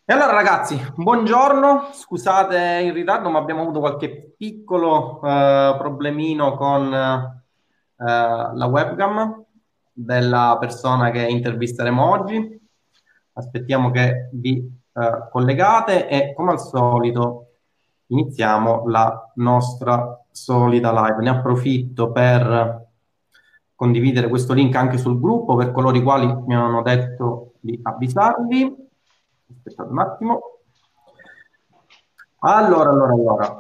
E allora ragazzi, buongiorno, scusate il ritardo, ma abbiamo avuto qualche piccolo problemino con la webcam della persona che intervisteremo oggi. Aspettiamo che vi collegate e come al solito iniziamo la nostra solita live. Ne approfitto per condividere questo link anche sul gruppo per coloro i quali mi hanno detto di avvisarvi. Aspettate un attimo. Allora.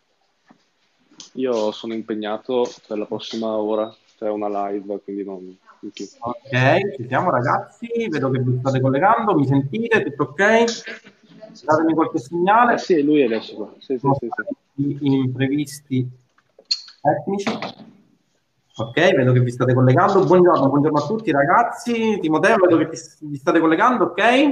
Io sono impegnato per la prossima ora, c'è una live, quindi non più. Ok, ci siamo ragazzi, vedo che vi state collegando, mi sentite? Tutto ok? Datemi qualche Eh segnale. sì, lui è adesso qua. Sì, sì, Sono sì, sì. stati gli imprevisti tecnici. Ok, vedo che vi state collegando. Buongiorno a tutti ragazzi. Timoteo, vedo che vi state collegando, ok?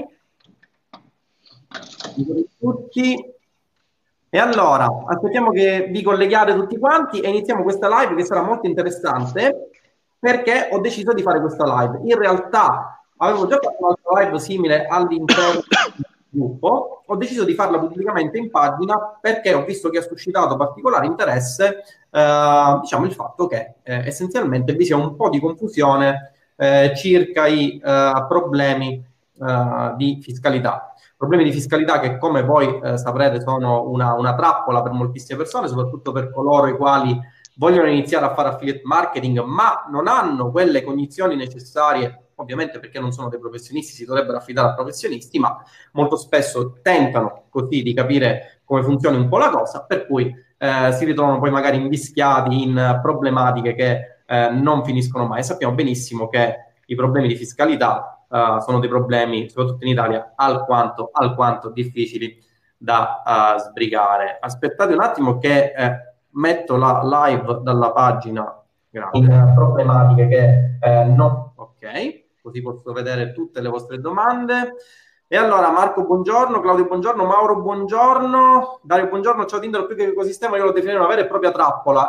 Buongiorno a tutti. E allora, aspettiamo che vi colleghiate tutti quanti e iniziamo questa live che sarà molto interessante perché ho deciso di fare questa live. In realtà avevo già fatto un'altra live simile all'interno del gruppo, ho deciso di farla pubblicamente in pagina perché ho visto che ha suscitato particolare interesse, diciamo, il fatto che essenzialmente vi sia un po' di confusione circa i problemi di fiscalità. Problemi di fiscalità che, come voi saprete, sono una trappola per moltissime persone, soprattutto per coloro i quali vogliono iniziare a fare affiliate marketing, ma non hanno quelle cognizioni necessarie, ovviamente perché non sono dei professionisti, si dovrebbero affidare a professionisti, ma molto spesso tentano così di capire come funziona un po' la cosa, per cui si ritrovano poi magari invischiati in problematiche che non finiscono mai. E sappiamo benissimo che i problemi di fiscalità sono dei problemi, soprattutto in Italia, alquanto difficili da sbrigare. Aspettate un attimo che metto la live dalla pagina in problematiche che no, ok, così posso vedere tutte le vostre domande. E allora Marco, buongiorno, Claudio, buongiorno, Mauro, buongiorno, Dario, buongiorno, ciao Tinder, più che ecosistema io lo definirei una vera e propria trappola.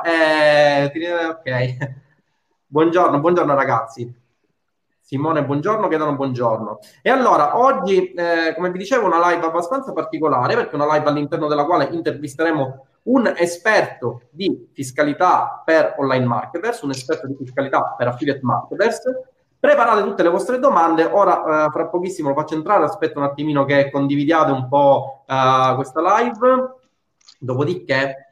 Ok, buongiorno ragazzi. Simone, buongiorno, Gaetano, buongiorno. E allora, oggi, come vi dicevo, una live abbastanza particolare, perché è una live all'interno della quale intervisteremo un esperto di fiscalità per online marketers, un esperto di fiscalità per affiliate marketers. Preparate tutte le vostre domande. Ora, fra pochissimo lo faccio entrare, aspetto un attimino che condividiate un po' questa live. Dopodiché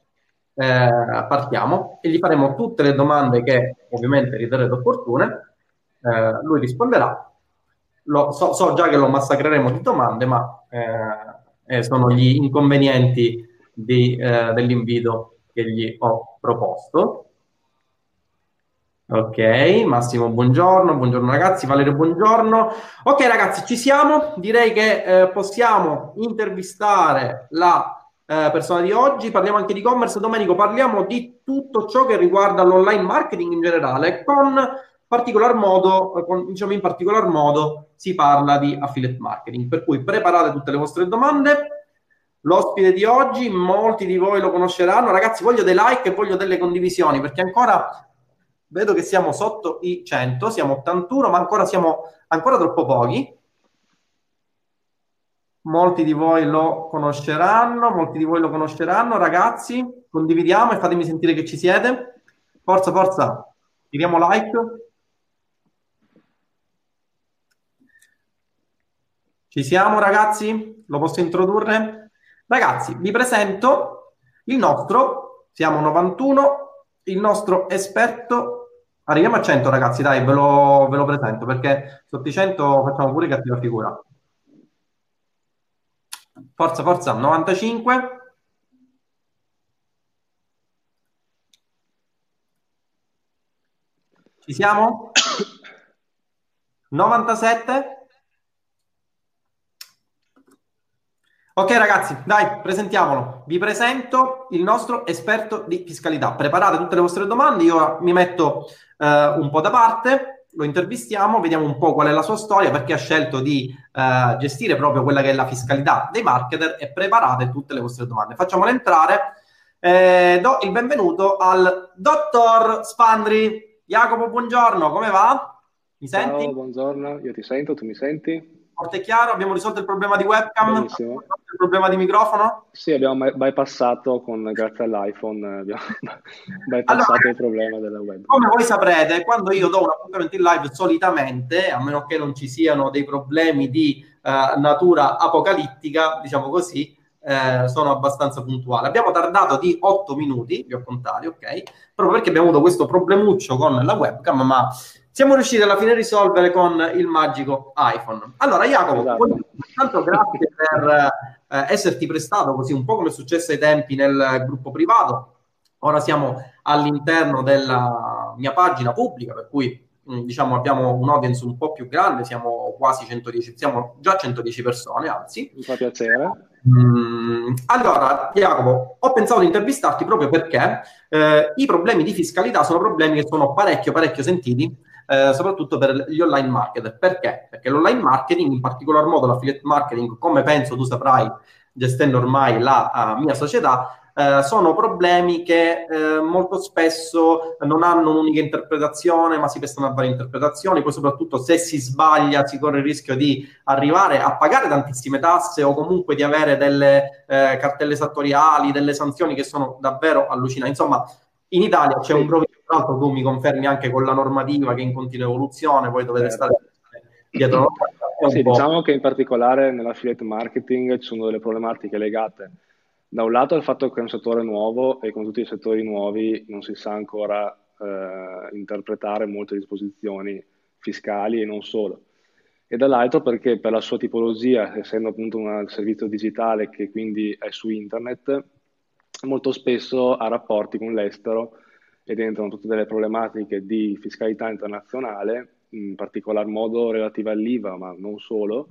partiamo e gli faremo tutte le domande che ovviamente riterrete opportune. Lui risponderà. So già che lo massacreremo di domande, ma sono gli inconvenienti dell'invito che gli ho proposto. Ok, Massimo, buongiorno ragazzi, Valerio, buongiorno. Ok ragazzi, ci siamo, direi che possiamo intervistare la persona di oggi, parliamo anche di e-commerce, Domenico, parliamo di tutto ciò che riguarda l'online marketing in generale, diciamo in particolar modo si parla di affiliate marketing, per cui preparate tutte le vostre domande. L'ospite di oggi, molti di voi lo conosceranno. Ragazzi, voglio dei like e voglio delle condivisioni perché ancora vedo che siamo sotto i 100, siamo 81, ma ancora siamo ancora troppo pochi. Molti di voi lo conosceranno, ragazzi. Condividiamo e fatemi sentire che ci siete. Forza, forza, tiriamo like. Ci siamo, ragazzi? Lo posso introdurre? Ragazzi, vi presento siamo 91, il nostro esperto. Arriviamo a 100, ragazzi, dai, ve lo presento perché sotto i 100 facciamo pure cattiva figura. Forza, forza, 95. Ci siamo? 97. Ok ragazzi, dai, presentiamolo. Vi presento il nostro esperto di fiscalità. Preparate tutte le vostre domande, io mi metto un po' da parte, lo intervistiamo, vediamo un po' qual è la sua storia, perché ha scelto di gestire proprio quella che è la fiscalità dei marketer e preparate tutte le vostre domande. Facciamolo entrare. Do il benvenuto al dottor Spandri. Jacopo, buongiorno, come va? Mi Ciao, senti? buongiorno, io ti sento, tu mi senti? forte e chiaro. Abbiamo risolto il problema di webcam, abbiamo Benissimo. risolto il problema di microfono. Sì, abbiamo bypassato grazie all'iPhone, abbiamo Allora, bypassato il problema della webcam. come voi saprete, quando io do un appuntamento in live, solitamente, a meno che non ci siano dei problemi di natura apocalittica, diciamo così, sono abbastanza puntuale. Abbiamo tardato di 8 minuti, vi ho contati, ok? Proprio perché abbiamo avuto questo problemuccio con la webcam, ma siamo riusciti alla fine a risolvere con il magico iPhone. Allora, Jacopo, Esatto. intanto grazie per esserti prestato, così un po' come è successo ai tempi nel gruppo privato. Ora siamo all'interno della mia pagina pubblica, per cui diciamo abbiamo un audience un po' più grande, siamo quasi 110, siamo già 110 persone, anzi. Mi fa piacere. Allora, Jacopo, ho pensato di intervistarti proprio perché i problemi di fiscalità sono problemi che sono parecchio sentiti, soprattutto per gli online marketer. Perché? Perché l'online marketing, in particolar modo l'affiliate marketing, come penso tu saprai, gestendo ormai la mia società, sono problemi che molto spesso non hanno un'unica interpretazione, ma si prestano a varie interpretazioni. Poi, soprattutto, se si sbaglia, si corre il rischio di arrivare a pagare tantissime tasse o comunque di avere delle cartelle esattoriali, delle sanzioni che sono davvero allucinanti. Insomma, in Italia c'è un Sì, grovito, tra l'altro tu mi confermi anche con la normativa che è in continua evoluzione, poi dovete stare certo. dietro la è un Sì, po'. diciamo che in particolare nell'affiliate marketing ci sono delle problematiche legate da un lato al fatto che è un settore nuovo e come tutti i settori nuovi non si sa ancora interpretare molte disposizioni fiscali e non solo. E dall'altro perché per la sua tipologia, essendo appunto un servizio digitale che quindi è su internet, molto spesso ha rapporti con l'estero ed entrano tutte delle problematiche di fiscalità internazionale, in particolar modo relative all'IVA, ma non solo,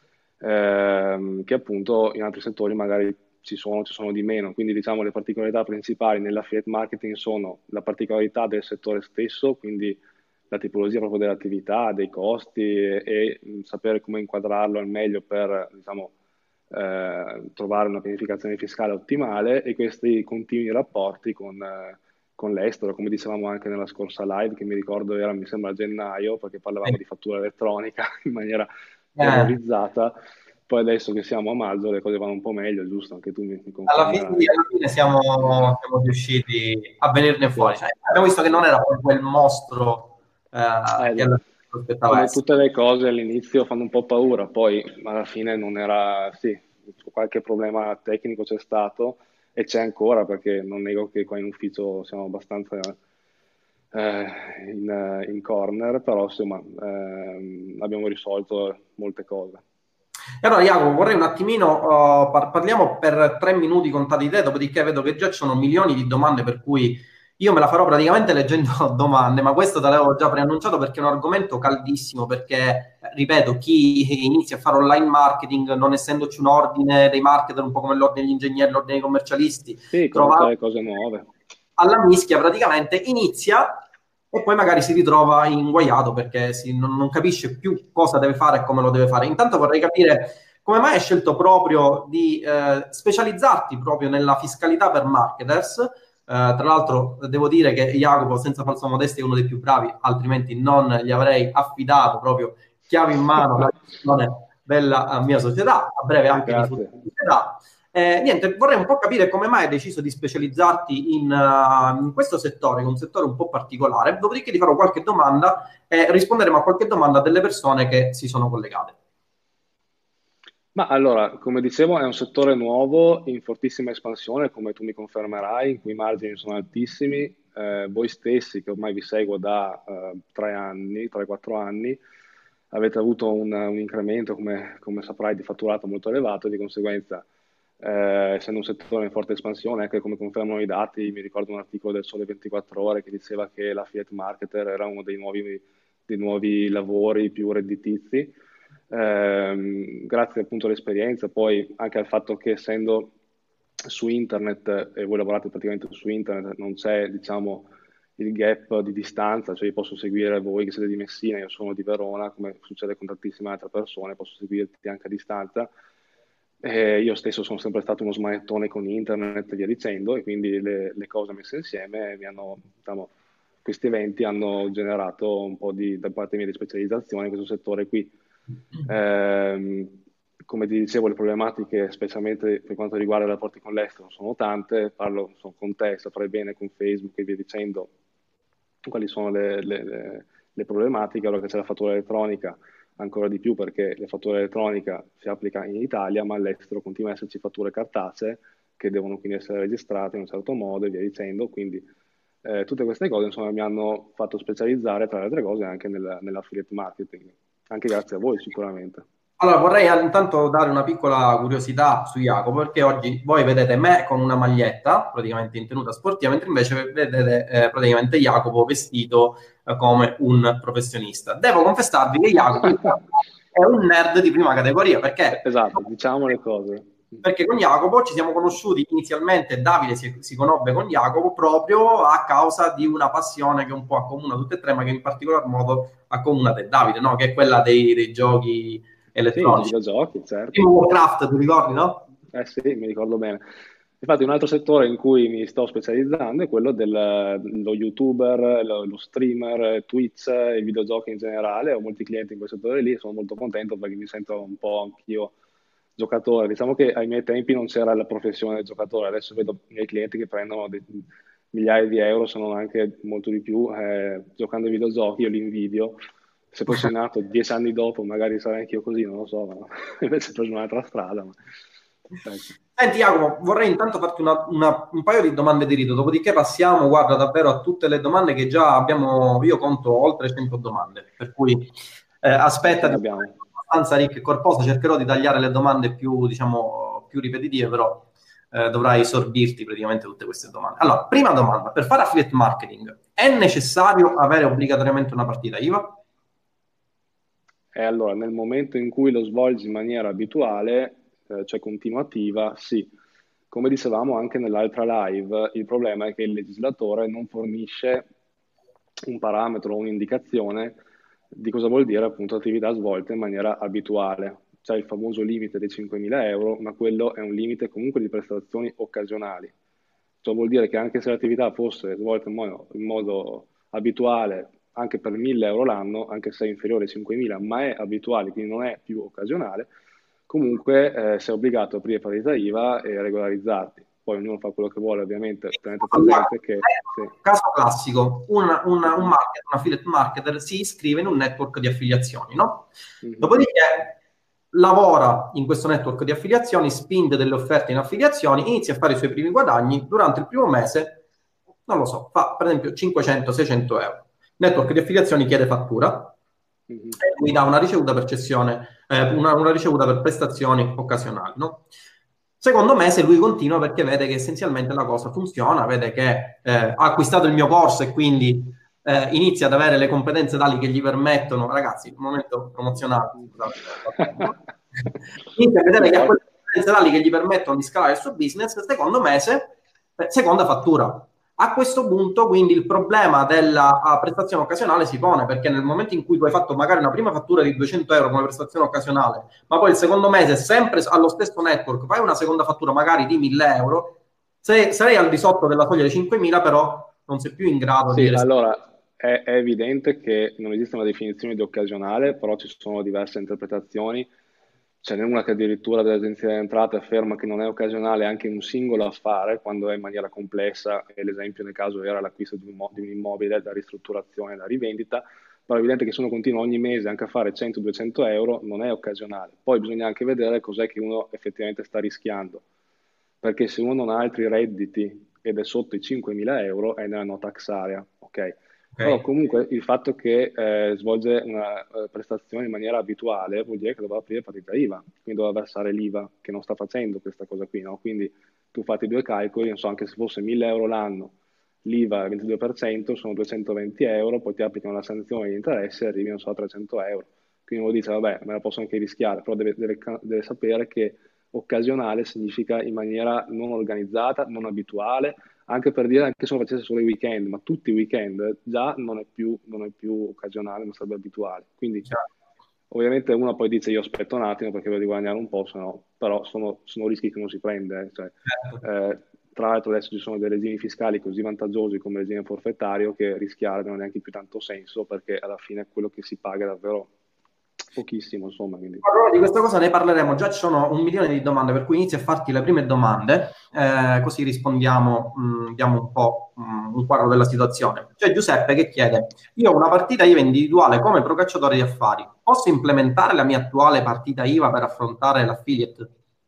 che appunto in altri settori magari ci sono di meno. Quindi diciamo le particolarità principali nell'affiliate marketing sono la particolarità del settore stesso, quindi la tipologia proprio dell'attività, dei costi e sapere come inquadrarlo al meglio per, diciamo, trovare una pianificazione fiscale ottimale e questi continui rapporti con l'estero, come dicevamo anche nella scorsa live, che mi ricordo era, mi sembra, a gennaio, perché parlavamo di fattura elettronica in maniera Eh, terrorizzata. Poi adesso che siamo a maggio le cose vanno un po' meglio, giusto? Anche tu mi alla fine, confermerai. alla fine siamo riusciti a venirne Sì. fuori. Cioè, abbiamo visto che non era poi quel mostro che Già. alla fine prospettava Come essere. tutte le cose all'inizio fanno un po' paura, poi alla fine non era, sì, qualche problema tecnico c'è stato e c'è ancora perché non nego che qua in ufficio siamo abbastanza in corner, però insomma abbiamo risolto molte cose. E allora, Jacopo, vorrei un attimino, parliamo per 3 minuti contati di te, dopodiché vedo che già ci sono milioni di domande, per cui io me la farò praticamente leggendo domande, ma questo te l'avevo già preannunciato perché è un argomento caldissimo, perché, ripeto, chi inizia a fare online marketing, non essendoci un ordine dei marketer, un po' come l'ordine degli ingegneri, l'ordine dei commercialisti, Sì, come tutte trova le cose nuove. alla mischia praticamente, inizia e poi magari si ritrova inguaiato perché non capisce più cosa deve fare e come lo deve fare. Intanto vorrei capire come mai hai scelto proprio di specializzarti proprio nella fiscalità per marketers. Tra l'altro devo dire che Jacopo, senza falsa modestia, è uno dei più bravi, altrimenti non gli avrei affidato proprio chiave in mano la gestione della mia società, a breve anche di futura Grazie. società. Niente, vorrei un po' capire come mai hai deciso di specializzarti in questo settore, che è un settore un po' particolare, dopodiché ti farò qualche domanda e risponderemo a qualche domanda delle persone che si sono collegate. Ma allora, come dicevo, è un settore nuovo in fortissima espansione, come tu mi confermerai, in cui i margini sono altissimi. Voi stessi, che ormai vi seguo da 3 anni, 3-4 anni, avete avuto un incremento, come saprai, di fatturato molto elevato, di conseguenza, essendo un settore in forte espansione, anche come confermano i dati, mi ricordo un articolo del Sole 24 Ore che diceva che la Fiat Marketer era uno dei nuovi lavori più redditizi grazie appunto all'esperienza, poi anche al fatto che essendo su internet e voi lavorate praticamente su internet, non c'è diciamo il gap di distanza, cioè io posso seguire voi che siete di Messina, io sono di Verona, come succede con tantissime altre persone, posso seguirti anche a distanza. Io stesso sono sempre stato uno smanettone con internet e via dicendo, e quindi le cose messe insieme diciamo, questi eventi hanno generato un po' da parte mia di specializzazione in questo settore qui. Come ti dicevo, le problematiche, specialmente per quanto riguarda i rapporti con l'estero, sono tante. Parlo con te, saprai bene, con Facebook e via dicendo, quali sono le problematiche. Allora che c'è la fattura elettronica, ancora di più, perché la fattura elettronica si applica in Italia, ma all'estero continua ad esserci fatture cartacee che devono quindi essere registrate in un certo modo e via dicendo. Quindi tutte queste cose, insomma, mi hanno fatto specializzare, tra le altre cose, anche nell'affiliate marketing, anche grazie a voi sicuramente. Allora, vorrei intanto dare una piccola curiosità su Jacopo, perché oggi voi vedete me con una maglietta, praticamente in tenuta sportiva, mentre invece vedete praticamente Jacopo vestito come un professionista. Devo confessarvi che Jacopo è un nerd di prima categoria, Esatto, diciamo le cose. perché con Jacopo ci siamo conosciuti inizialmente, Davide si conobbe con Jacopo proprio a causa di una passione che un po' accomuna tutte e tre, ma che in particolar modo accomuna te, Davide, no? Che è quella dei giochi Sì, di elettronici. videogiochi, certo. Primo Warcraft, ti ricordi, no? Eh sì, mi ricordo bene. Infatti un altro settore in cui mi sto specializzando è quello dello YouTuber, lo streamer, Twitch, i videogiochi in generale. Ho molti clienti in quel settore lì e sono molto contento perché mi sento un po' anch'io giocatore. Diciamo che ai miei tempi non c'era la professione del giocatore, adesso vedo i miei clienti che prendono migliaia di euro, se non anche molto di più, giocando ai videogiochi. Io li invidio. Se fossi nato 10 anni dopo, magari sarei anch'io così, non lo so, ma invece ho preso un'altra strada. Ecco. Senti Jacopo, vorrei intanto farti un paio di domande di rito, dopodiché passiamo, guarda, davvero a tutte le domande che già abbiamo, io conto oltre 100 domande, per cui Ce ne aspettati, abbiamo. abbastanza ricca e corposa, cercherò di tagliare le domande più, diciamo, più ripetitive, però dovrai sorbirti praticamente tutte queste domande. Allora, prima domanda, per fare affiliate marketing è necessario avere obbligatoriamente una partita IVA? E allora, nel momento in cui lo svolgi in maniera abituale, cioè continuativa, sì. Come dicevamo anche nell'altra live, il problema è che il legislatore non fornisce un parametro, un'indicazione di cosa vuol dire appunto attività svolte in maniera abituale. C'è il famoso limite dei 5.000 euro, ma quello è un limite comunque di prestazioni occasionali. Ciò vuol dire che anche se l'attività fosse svolta in modo abituale, anche per 1.000 euro l'anno, anche se è inferiore ai 5.000, ma è abituale, quindi non è più occasionale, comunque sei obbligato a aprire partita IVA e regolarizzarti. Poi ognuno fa quello che vuole, ovviamente, tenete presente che sì. Caso classico, un Mhm. marketer, un affiliate marketer si iscrive in un network di affiliazioni, no? Mhm. Dopodiché lavora in questo network di affiliazioni, spinge delle offerte in affiliazioni, inizia a fare i suoi primi guadagni, durante il primo mese, non lo so, fa per esempio 500-600 euro. Network di affiliazioni chiede fattura Mhm. e lui dà una ricevuta per cessione, una ricevuta per prestazioni occasionali, no? Secondo me, se lui continua perché vede che essenzialmente la cosa funziona, vede che ha acquistato il mio corso e quindi inizia ad avere le competenze tali che gli permettono, ragazzi, un momento promozionale, scusate, inizia a vedere che ha Vai. quelle competenze tali che gli permettono di scalare il suo business, secondo mese, seconda fattura. A questo punto, quindi, il problema della prestazione occasionale si pone, perché nel momento in cui tu hai fatto magari una prima fattura di 200 euro come prestazione occasionale, ma poi il secondo mese, sempre allo stesso network, fai una seconda fattura magari di 1000 euro, sarei al di sotto della soglia dei 5000, però non sei più in grado Sì, di... allora è evidente che non esiste una definizione di occasionale, però ci sono diverse interpretazioni. Ce n'è una che addirittura dall'Agenzia delle Entrate afferma che non è occasionale anche un singolo affare quando è in maniera complessa, e l'esempio nel caso era l'acquisto di un immobile, la ristrutturazione, la rivendita, però è evidente che se uno continua ogni mese anche a fare 100-200 euro non è occasionale. Poi bisogna anche vedere cos'è che uno effettivamente sta rischiando, perché se uno non ha altri redditi ed è sotto i 5.000 euro è nella no tax area, ok? Però Ok. comunque il fatto che svolge una prestazione in maniera abituale vuol dire che dovrà aprire partita IVA, quindi dovrà versare l'IVA, che non sta facendo questa cosa qui, no? Quindi tu fatti due calcoli, non so, anche se fosse 1.000 euro l'anno, l'IVA al 22% sono 220 euro, poi ti applicano la sanzione di interesse e arrivi, non so, a 300 euro. Quindi uno dice, vabbè, me la posso anche rischiare, però deve sapere che occasionale significa in maniera non organizzata, non abituale, anche per dire anche se lo facesse solo i weekend, ma tutti i weekend già non è più occasionale, non sarebbe abituale. Quindi ovviamente uno poi dice io aspetto un attimo perché voglio guadagnare un po', però sono rischi che non si prende. Cioè, Certo. tra l'altro adesso ci sono dei regimi fiscali così vantaggiosi come il regime forfettario che rischiare non ha neanche più tanto senso perché alla fine quello che si paga è davvero pochissimo, insomma, quindi. Allora, di questa cosa ne parleremo, già ci sono 1 milione di domande, per cui inizio a farti le prime domande, così rispondiamo, diamo un po' un quadro della situazione. C'è Giuseppe che chiede, io ho una partita IVA individuale come procacciatore di affari, posso implementare la mia attuale partita IVA per affrontare l'affiliate?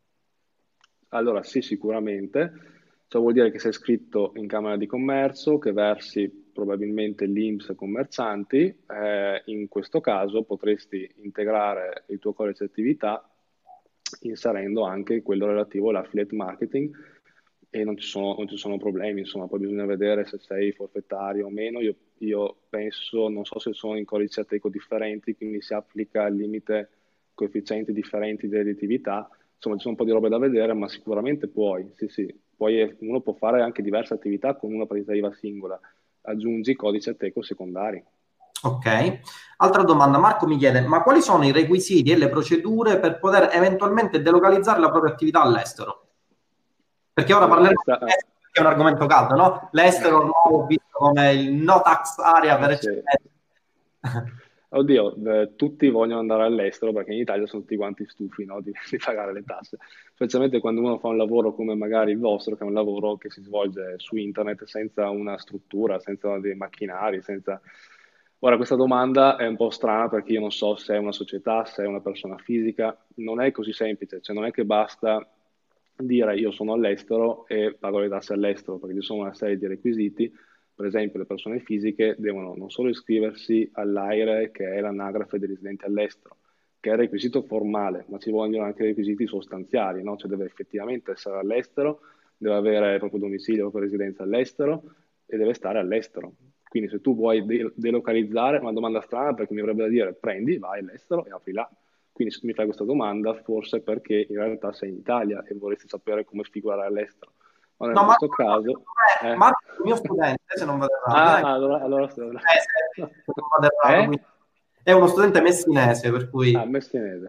Allora, sì, sicuramente. Ciò vuol dire che sei iscritto in Camera di Commercio, che versi probabilmente l'INPS commercianti. In questo caso potresti integrare il tuo codice di attività inserendo anche quello relativo all'affiliate marketing e non ci sono problemi, insomma, poi bisogna vedere se sei forfettario o meno. Io penso, non so se sono in codici Ateco differenti, quindi si applica il limite coefficienti differenti di redditività. Insomma, ci sono un po' di robe da vedere, ma sicuramente puoi, sì, sì. Poi uno può fare anche diverse attività con una partita IVA singola. Aggiungi codice Ateco secondari. Ok. Altra domanda, Marco mi chiede, ma quali sono i requisiti e le procedure per poter eventualmente delocalizzare la propria attività all'estero? Perché ora Allora, parleremo di estero, che è un argomento caldo, no? L'estero ormai è visto come il no tax area per sì. eccellenza. Oddio, tutti vogliono andare all'estero perché in Italia sono tutti quanti stufi, no, di pagare le tasse, specialmente quando uno fa un lavoro come magari il vostro, che è un lavoro che si svolge su internet senza una struttura, senza dei macchinari, senza. Ora, questa domanda è un po' strana perché io non so se è una società, se è una persona fisica, non è così semplice, cioè non è che basta dire io sono all'estero e pago le tasse all'estero, perché ci sono una serie di requisiti. Per esempio, le persone fisiche devono non solo iscriversi all'AIRE, che è l'anagrafe dei residenti all'estero, che è il requisito formale, ma ci vogliono anche requisiti sostanziali, no? Cioè deve effettivamente essere all'estero, deve avere il proprio domicilio, la propria residenza all'estero e deve stare all'estero. Quindi se tu vuoi delocalizzare, una domanda strana perché mi avrebbe da dire prendi, vai all'estero e apri là. Quindi se tu mi fai questa domanda, forse perché in realtà sei in Italia e vorresti sapere come figurare all'estero. Ora, in No, questo caso. Marco è il mio studente, se non vado errato, Ah, è allora messinese, se non vado errato, Eh? quindi è uno studente messinese, per Ah, cui messinese.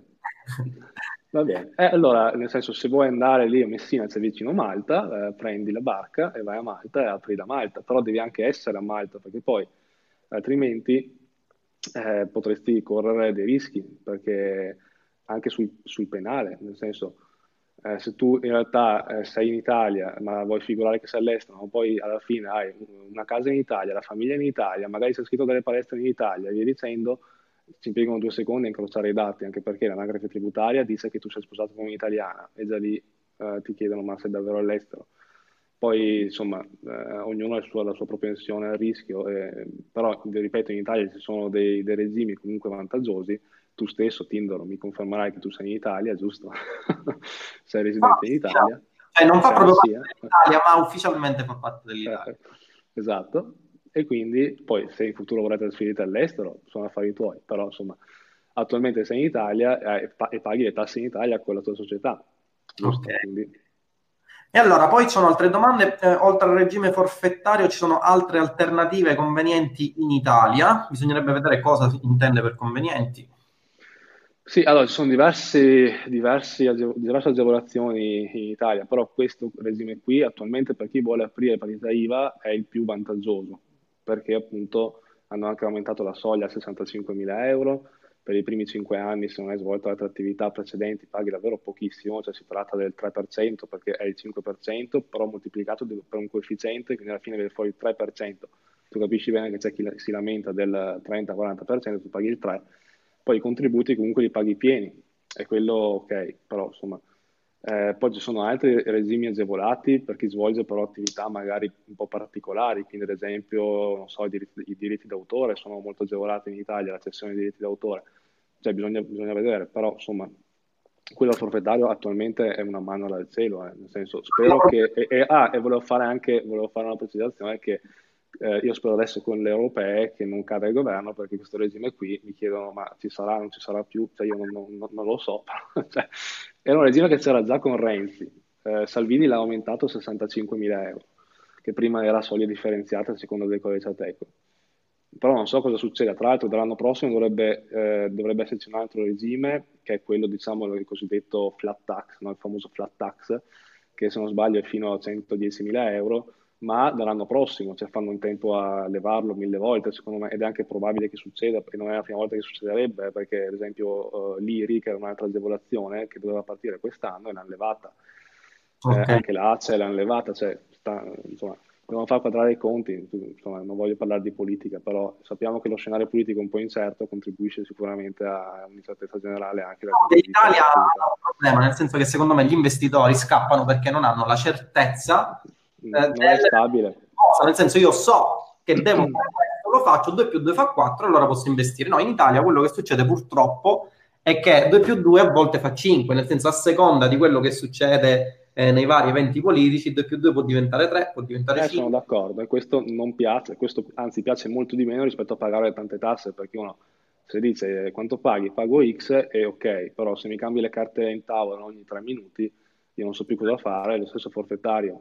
Va bene. Allora, nel senso, se vuoi andare lì a Messina, c'è vicino Malta, prendi la barca e vai a Malta e apri da Malta, però devi anche essere a Malta, perché poi altrimenti potresti correre dei rischi, perché anche sul penale, nel senso, se tu in realtà sei in Italia, ma vuoi figurare che sei all'estero, ma poi alla fine hai una casa in Italia, la famiglia in Italia, magari sei iscritto dalle palestre in Italia, e via dicendo, ci impiegano 2 secondi a incrociare i dati, anche perché l'anagrafe tributaria dice che tu sei sposato con un'italiana e già lì ti chiedono ma sei davvero all'estero. Poi, insomma, ognuno ha la sua propensione al rischio, però, ripeto, in Italia ci sono dei regimi comunque vantaggiosi. Tu stesso, Tindoro, mi confermerai che tu sei in Italia, giusto? Sei no, residente in sì, no. Italia, Cioè, non fa sei una proprio parte SIA. dell'Italia, ma ufficialmente fa parte Eh, dell'Italia. eh, esatto, e quindi poi se in futuro vorrei trasferirti all'estero, sono affari tuoi, però insomma, attualmente sei in Italia e paghi le tasse in Italia con la tua società, Ok. giusto? Quindi E allora, poi ci sono altre domande. Oltre al regime forfettario, ci sono altre alternative convenienti in Italia. Bisognerebbe vedere cosa si intende per convenienti. sì, allora ci sono diverse agevolazioni in Italia, però questo regime qui attualmente per chi vuole aprire partita IVA è il più vantaggioso, perché appunto hanno anche aumentato la soglia a 65.000 euro, per i primi 5 anni se non hai svolto altre attività precedenti paghi davvero pochissimo, cioè si tratta del 3% perché è il 5%, però moltiplicato per un coefficiente, quindi alla fine viene fuori il 3%. Tu capisci bene che c'è chi si lamenta del 30-40%, tu paghi il 3%, poi i contributi comunque li paghi pieni, è quello ok, però insomma. Poi ci sono altri regimi agevolati per chi svolge però attività magari un po' particolari, quindi ad esempio, non so, i diritti d'autore sono molto agevolati in Italia, la cessione dei diritti d'autore, cioè bisogna vedere, però insomma, quello forfettario attualmente è una mano dal cielo, nel senso, spero che. E volevo fare una precisazione che io spero adesso con le europee che non cada il governo perché questo regime qui mi chiedono ma ci sarà, non ci sarà più, cioè io non lo so, cioè, era un regime che c'era già con Renzi. Salvini l'ha aumentato a 65.000 euro, che prima era soglia differenziata a seconda del codice Ateco. Però non so cosa succeda. Tra l'altro dall'anno prossimo dovrebbe esserci un altro regime, che è quello, diciamo, il cosiddetto flat tax, no? Il famoso flat tax, che se non sbaglio è fino a 110.000 euro, ma dall'anno prossimo, cioè fanno in tempo a levarlo 1000 volte, secondo me, ed è anche probabile che succeda, perché non è la prima volta che succederebbe, perché ad esempio l'IRI, che era un'altra agevolazione che doveva partire quest'anno, e l'hanno levata. Ok. Anche la ACE l'hanno levata, cioè, insomma, devono far quadrare i conti, insomma, non voglio parlare di politica, però sappiamo che lo scenario politico un po' incerto contribuisce sicuramente a un'incertezza generale anche dal punto di vista L'Italia ha dell'attività. un problema, nel senso che secondo me gli investitori scappano perché non hanno la certezza Non è stabile. cosa. Nel senso, io so che devo fare questo, lo faccio, 2 più 2 fa 4, allora posso investire. No, in Italia quello che succede purtroppo è che 2 più 2 a volte fa 5, nel senso a seconda di quello che succede nei vari eventi politici, 2 più 2 può diventare 3, può diventare Sono 5. d'accordo, e questo non piace, questo anzi piace molto di meno rispetto a pagare tante tasse, perché uno se dice quanto paghi, pago X e ok, però se mi cambi le carte in tavola ogni 3 minuti, io non so più cosa fare. Lo stesso forfettario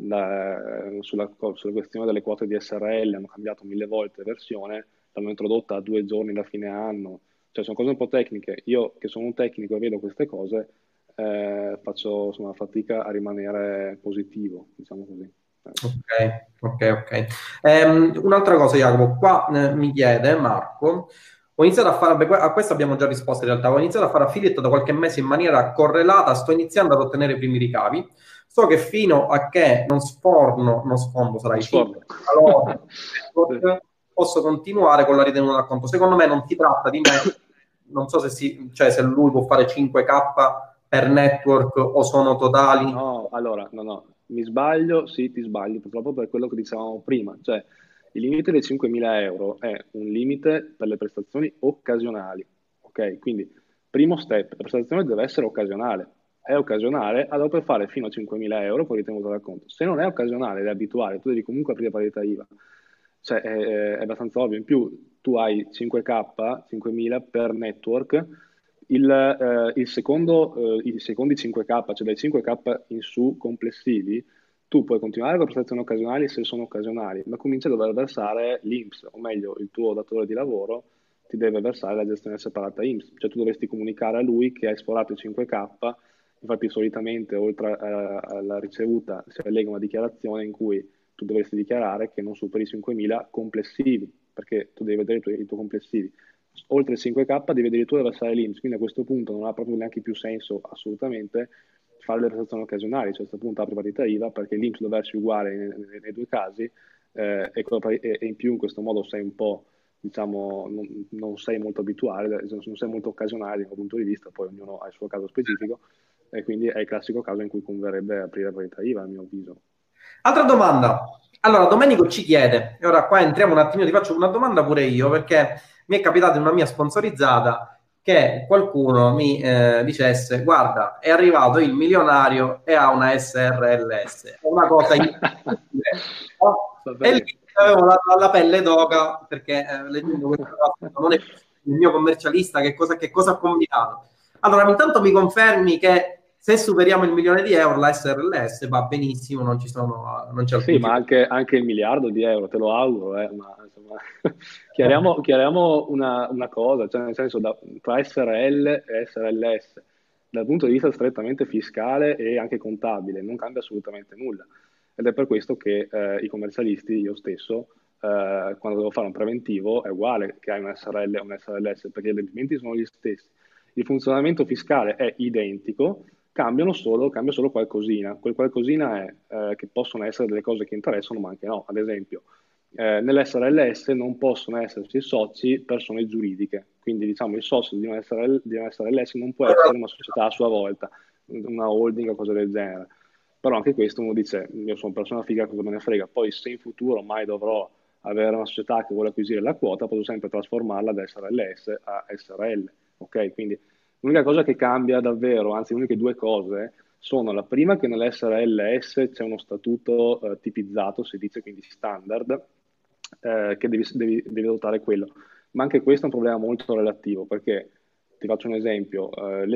sulla questione delle quote di SRL hanno cambiato 1000 volte versione, l'hanno introdotta a 2 giorni da fine anno, cioè sono cose un po' tecniche. Io che sono un tecnico e vedo queste cose, faccio insomma, fatica a rimanere positivo, diciamo così. Ok, ok, ok. Un'altra cosa, Jacopo, qua mi chiede Marco, ho iniziato a fare, beh, a questo abbiamo già risposto in realtà, ho iniziato a fare affiliate da qualche mese in maniera correlata, sto iniziando ad ottenere i primi ricavi, so che fino a che non sfondo, Non sarai 5 scordo. network, posso continuare con la ritenuta da conto. Secondo me non si tratta di me, non so se, cioè, se lui può fare 5K per network o sono totali. No, allora, no, mi sbaglio, sì, ti sbagli, purtroppo per quello che dicevamo prima, cioè il limite dei 5.000 euro è un limite per le prestazioni occasionali, ok? Quindi, primo step, la prestazione deve essere occasionale. È occasionale, allora per fare fino a 5.000 euro poi ritenuto dal conto. Se non è occasionale ed è abituale, tu devi comunque aprire partita IVA. Cioè, è abbastanza ovvio. In più, tu hai 5K, 5.000 per network, i secondi 5K, cioè dai 5K in su complessivi, tu puoi continuare con le prestazioni occasionali se sono occasionali, ma cominci a dover versare l'INPS, o meglio, il tuo datore di lavoro ti deve versare la gestione separata INPS, cioè tu dovresti comunicare a lui che hai sforato i 5K. Infatti solitamente oltre alla ricevuta si allega una dichiarazione in cui tu dovresti dichiarare che non superi i 5.000 complessivi, perché tu devi vedere i tuoi complessivi. Oltre il 5K devi addirittura versare l'INPS, quindi a questo punto non ha proprio neanche più senso assolutamente fare le prestazioni occasionali, cioè a questo punto apri partita IVA perché l'INPS lo versi uguale nei due casi, e in più in questo modo sei un po', diciamo, non sei molto abituale, non sei molto occasionale dal punto di vista, poi ognuno ha il suo caso specifico, e quindi è il classico caso in cui converrebbe aprire partita IVA, a mio avviso. Altra domanda. Allora, Domenico ci chiede, e ora qua entriamo un attimino, ti faccio una domanda pure io, perché mi è capitato in una mia sponsorizzata che qualcuno mi dicesse, guarda, è arrivato il milionario e ha una SRLS. È una cosa incredibile. No? Va E lì bene. avevo la pelle d'oca, perché leggendo questa cosa, non è il mio commercialista, che cosa ha combinato? Allora, intanto mi confermi che se superiamo il 1 milione di euro, la SRLS va benissimo, non c'è Sì, alcun ma tipo. anche il miliardo di euro, te lo auguro, ma insomma, chiariamo una cosa, cioè nel senso tra SRL e SRLS, dal punto di vista strettamente fiscale e anche contabile, non cambia assolutamente nulla. Ed è per questo che i commercialisti, io stesso, quando devo fare un preventivo, è uguale che hai un SRL e un SRLS, perché gli adempimenti sono gli stessi. Il funzionamento fiscale è identico, cambia solo qualcosina. Quel qualcosina è che possono essere delle cose che interessano, ma anche no. Ad esempio, nell'SRLS non possono esserci soci persone giuridiche, quindi diciamo il socio di un SRLS non può essere una società a sua volta, una holding o cose del genere. Però anche questo uno dice, io sono persona figa, cosa me ne frega, poi se in futuro mai dovrò avere una società che vuole acquisire la quota, posso sempre trasformarla da SRLS a SRL, ok? Quindi l'unica cosa che cambia davvero, anzi le uniche due cose, sono la prima che nell'SRLS c'è uno statuto tipizzato, si dice quindi standard, che devi adottare quello. Ma anche questo è un problema molto relativo, perché ti faccio un esempio,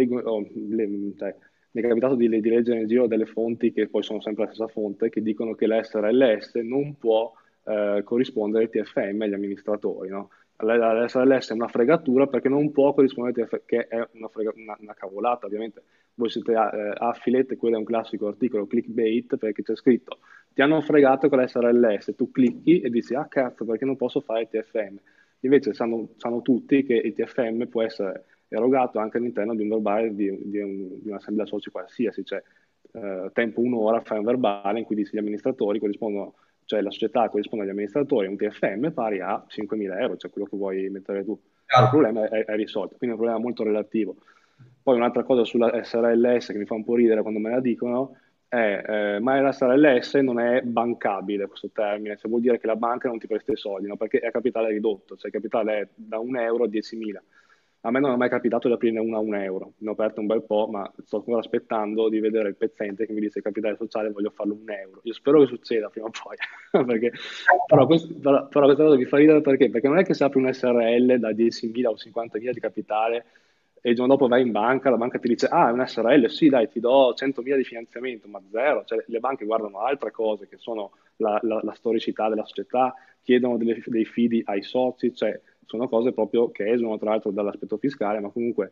cioè, mi è capitato di leggere in giro delle fonti che poi sono sempre la stessa fonte, che dicono che la SRLS non può corrispondere ai TFM agli amministratori, no? La SRLS è una fregatura perché non può corrispondere ai TFM, che è una cavolata, ovviamente. Voi siete affiliate, quello è un classico articolo clickbait perché c'è scritto ti hanno fregato con l'SRLS, tu clicchi e dici, ah cazzo, perché non posso fare il TFM? Invece sanno tutti che il TFM può essere erogato anche all'interno di un verbale di un'assemblea soci qualsiasi, cioè tempo un'ora fai un verbale in cui dici gli amministratori corrispondono, cioè la società corrisponde agli amministratori a un TFM pari a 5.000 euro, cioè quello che vuoi mettere tu. E il Chiaro. problema è risolto, quindi è un problema molto relativo. Poi un'altra cosa sulla SRLS che mi fa un po' ridere quando me la dicono è ma la SRLS non è bancabile questo termine, cioè vuol dire che la banca non ti presta i soldi, no? Perché è capitale ridotto, cioè il capitale è da 1 euro a 10.000. A me non è mai capitato di aprirne una a 1 euro, ne ho aperto un bel po', ma sto ancora aspettando di vedere il pezzente che mi dice capitale sociale, voglio farlo 1 euro. Io spero che succeda prima o poi, perché, però questa cosa mi fa ridere perché? Perché non è che si apre un SRL da 10.000 o 50.000 di capitale e il giorno dopo vai in banca, la banca ti dice, ah, è un SRL, sì, dai, ti do 100.000 di finanziamento, ma zero. Cioè, le banche guardano altre cose, che sono la storicità della società, chiedono dei fidi ai soci, cioè sono cose proprio che esulano tra l'altro dall'aspetto fiscale, ma comunque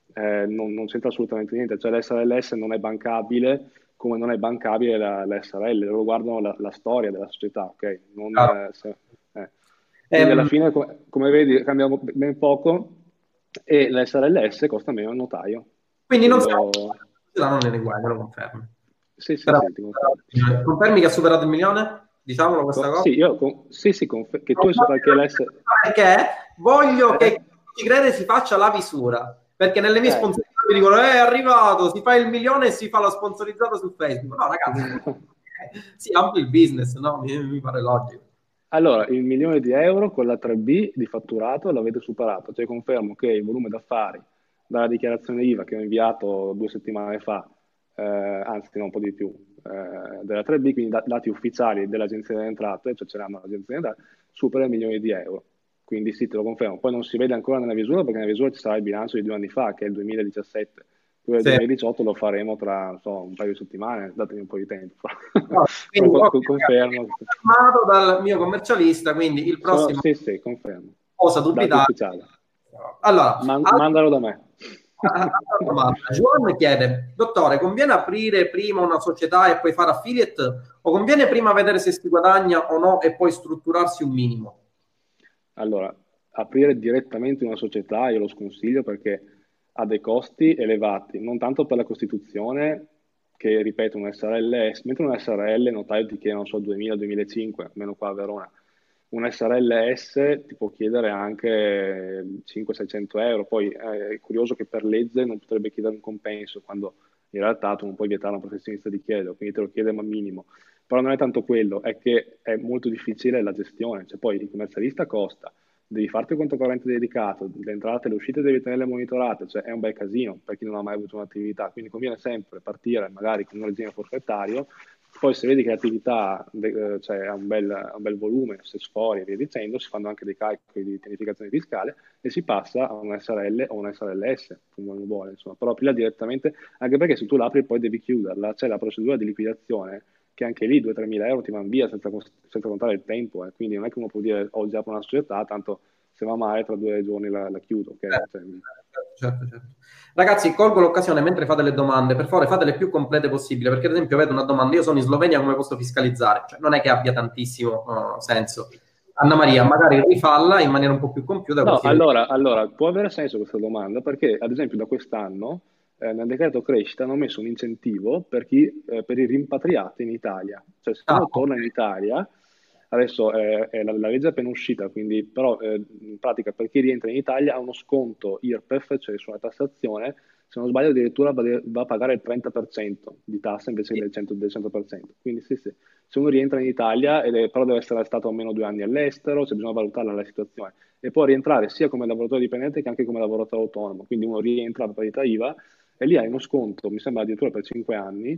non c'entra assolutamente niente. Cioè l'SRLS non è bancabile come non è bancabile la SRL, loro guardano la storia della società, ok? Non, Chiaro. quindi alla Ehm, fine, come vedi, cambiamo ben poco e l'SRLS costa meno al notaio. quindi non siamo Quello... non nei guai, me lo confermi. Sì, sì, Però, sì, ti confermo. confermi che ha superato il milione? Diciamolo questa cosa. Sì, sì, sì, che tu hai perché Perché voglio eh, che chi ci crede si faccia la visura. Perché nelle mie eh. sponsorizzate mi dicono: è arrivato, si fa il milione e si fa la sponsorizzata su Facebook. No, ragazzi, si amplia il business, no? Mi pare logico. Allora, il milione di euro con la 3B di fatturato l'avete superato, cioè confermo che il volume d'affari dalla dichiarazione IVA che ho inviato 2 settimane fa, anzi no, un po' di più, della 3B, quindi dati ufficiali dell'Agenzia delle Entrate, cioè ce l'hanno l'Agenzia delle Entrate, supera il milione di euro. Quindi sì, te lo confermo. Poi non si vede ancora nella visura perché nella visura ci sarà il bilancio di 2 anni fa, che è il 2017. Poi nel Sì. 2018 lo faremo tra, non so, un paio di settimane, datemi un po' di tempo. No, Però quindi, ok, confermo. firmato dal mio commercialista, quindi il prossimo Sì, sì, confermo. osa Dati dubitare. ufficiali. Allora, Mandalo da me. altra domanda. Juan chiede, dottore, conviene aprire prima una società e poi fare affiliate o conviene prima vedere se si guadagna o no e poi strutturarsi un minimo? Allora, aprire direttamente una società io lo sconsiglio perché ha dei costi elevati, non tanto per la costituzione, che ripeto, un SRL, mentre un SRL notaio ti chiede, non so, 2000-2005, almeno qua a Verona, un SRLS ti può chiedere anche 500-600 euro, poi è curioso che per legge non potrebbe chiedere un compenso, quando in realtà tu non puoi vietare a un professionista di chiederlo, quindi te lo chiede ma minimo. Però non è tanto quello, è che è molto difficile la gestione, cioè poi il commercialista costa, devi farti il conto corrente dedicato, le entrate e le uscite devi tenerle monitorate, cioè è un bel casino per chi non ha mai avuto un'attività, quindi conviene sempre partire magari con un regime forfettario, poi se vedi che l'attività cioè, ha un bel volume, se sfori e via dicendo, si fanno anche dei calcoli di pianificazione fiscale e si passa a un SRL o un SRLS, come uno vuole, insomma, però aprila direttamente, anche perché se tu l'apri poi devi chiuderla, c'è la procedura di liquidazione che anche lì 2-3 mila euro ti vanno via senza contare il tempo, quindi non è che uno può dire ho già una società, tanto se va male tra 2 giorni la chiudo, ok? Cioè, Certo, certo. Ragazzi, colgo l'occasione mentre fate le domande, per favore fate le più complete possibile, perché ad esempio vedo una domanda, io sono in Slovenia, come posso fiscalizzare? Cioè, non è che abbia tantissimo senso. Anna Maria, magari rifalla in maniera un po' più compiuta no, così vediamo. allora, può avere senso questa domanda perché, ad esempio, da quest'anno nel decreto crescita hanno messo un incentivo per i rimpatriati in Italia. Cioè, se Ah, uno ok. torna in Italia, adesso la legge è appena uscita, quindi, però in pratica per chi rientra in Italia ha uno sconto IRPEF, cioè sulla tassazione, se non sbaglio addirittura va a pagare il 30% di tassa invece del 100%. Quindi sì, sì, se uno rientra in Italia, però deve essere stato almeno 2 anni all'estero, se bisogna valutarla la situazione e può rientrare sia come lavoratore dipendente che anche come lavoratore autonomo. Quindi uno rientra a parità IVA e lì hai uno sconto, mi sembra addirittura per 5 anni,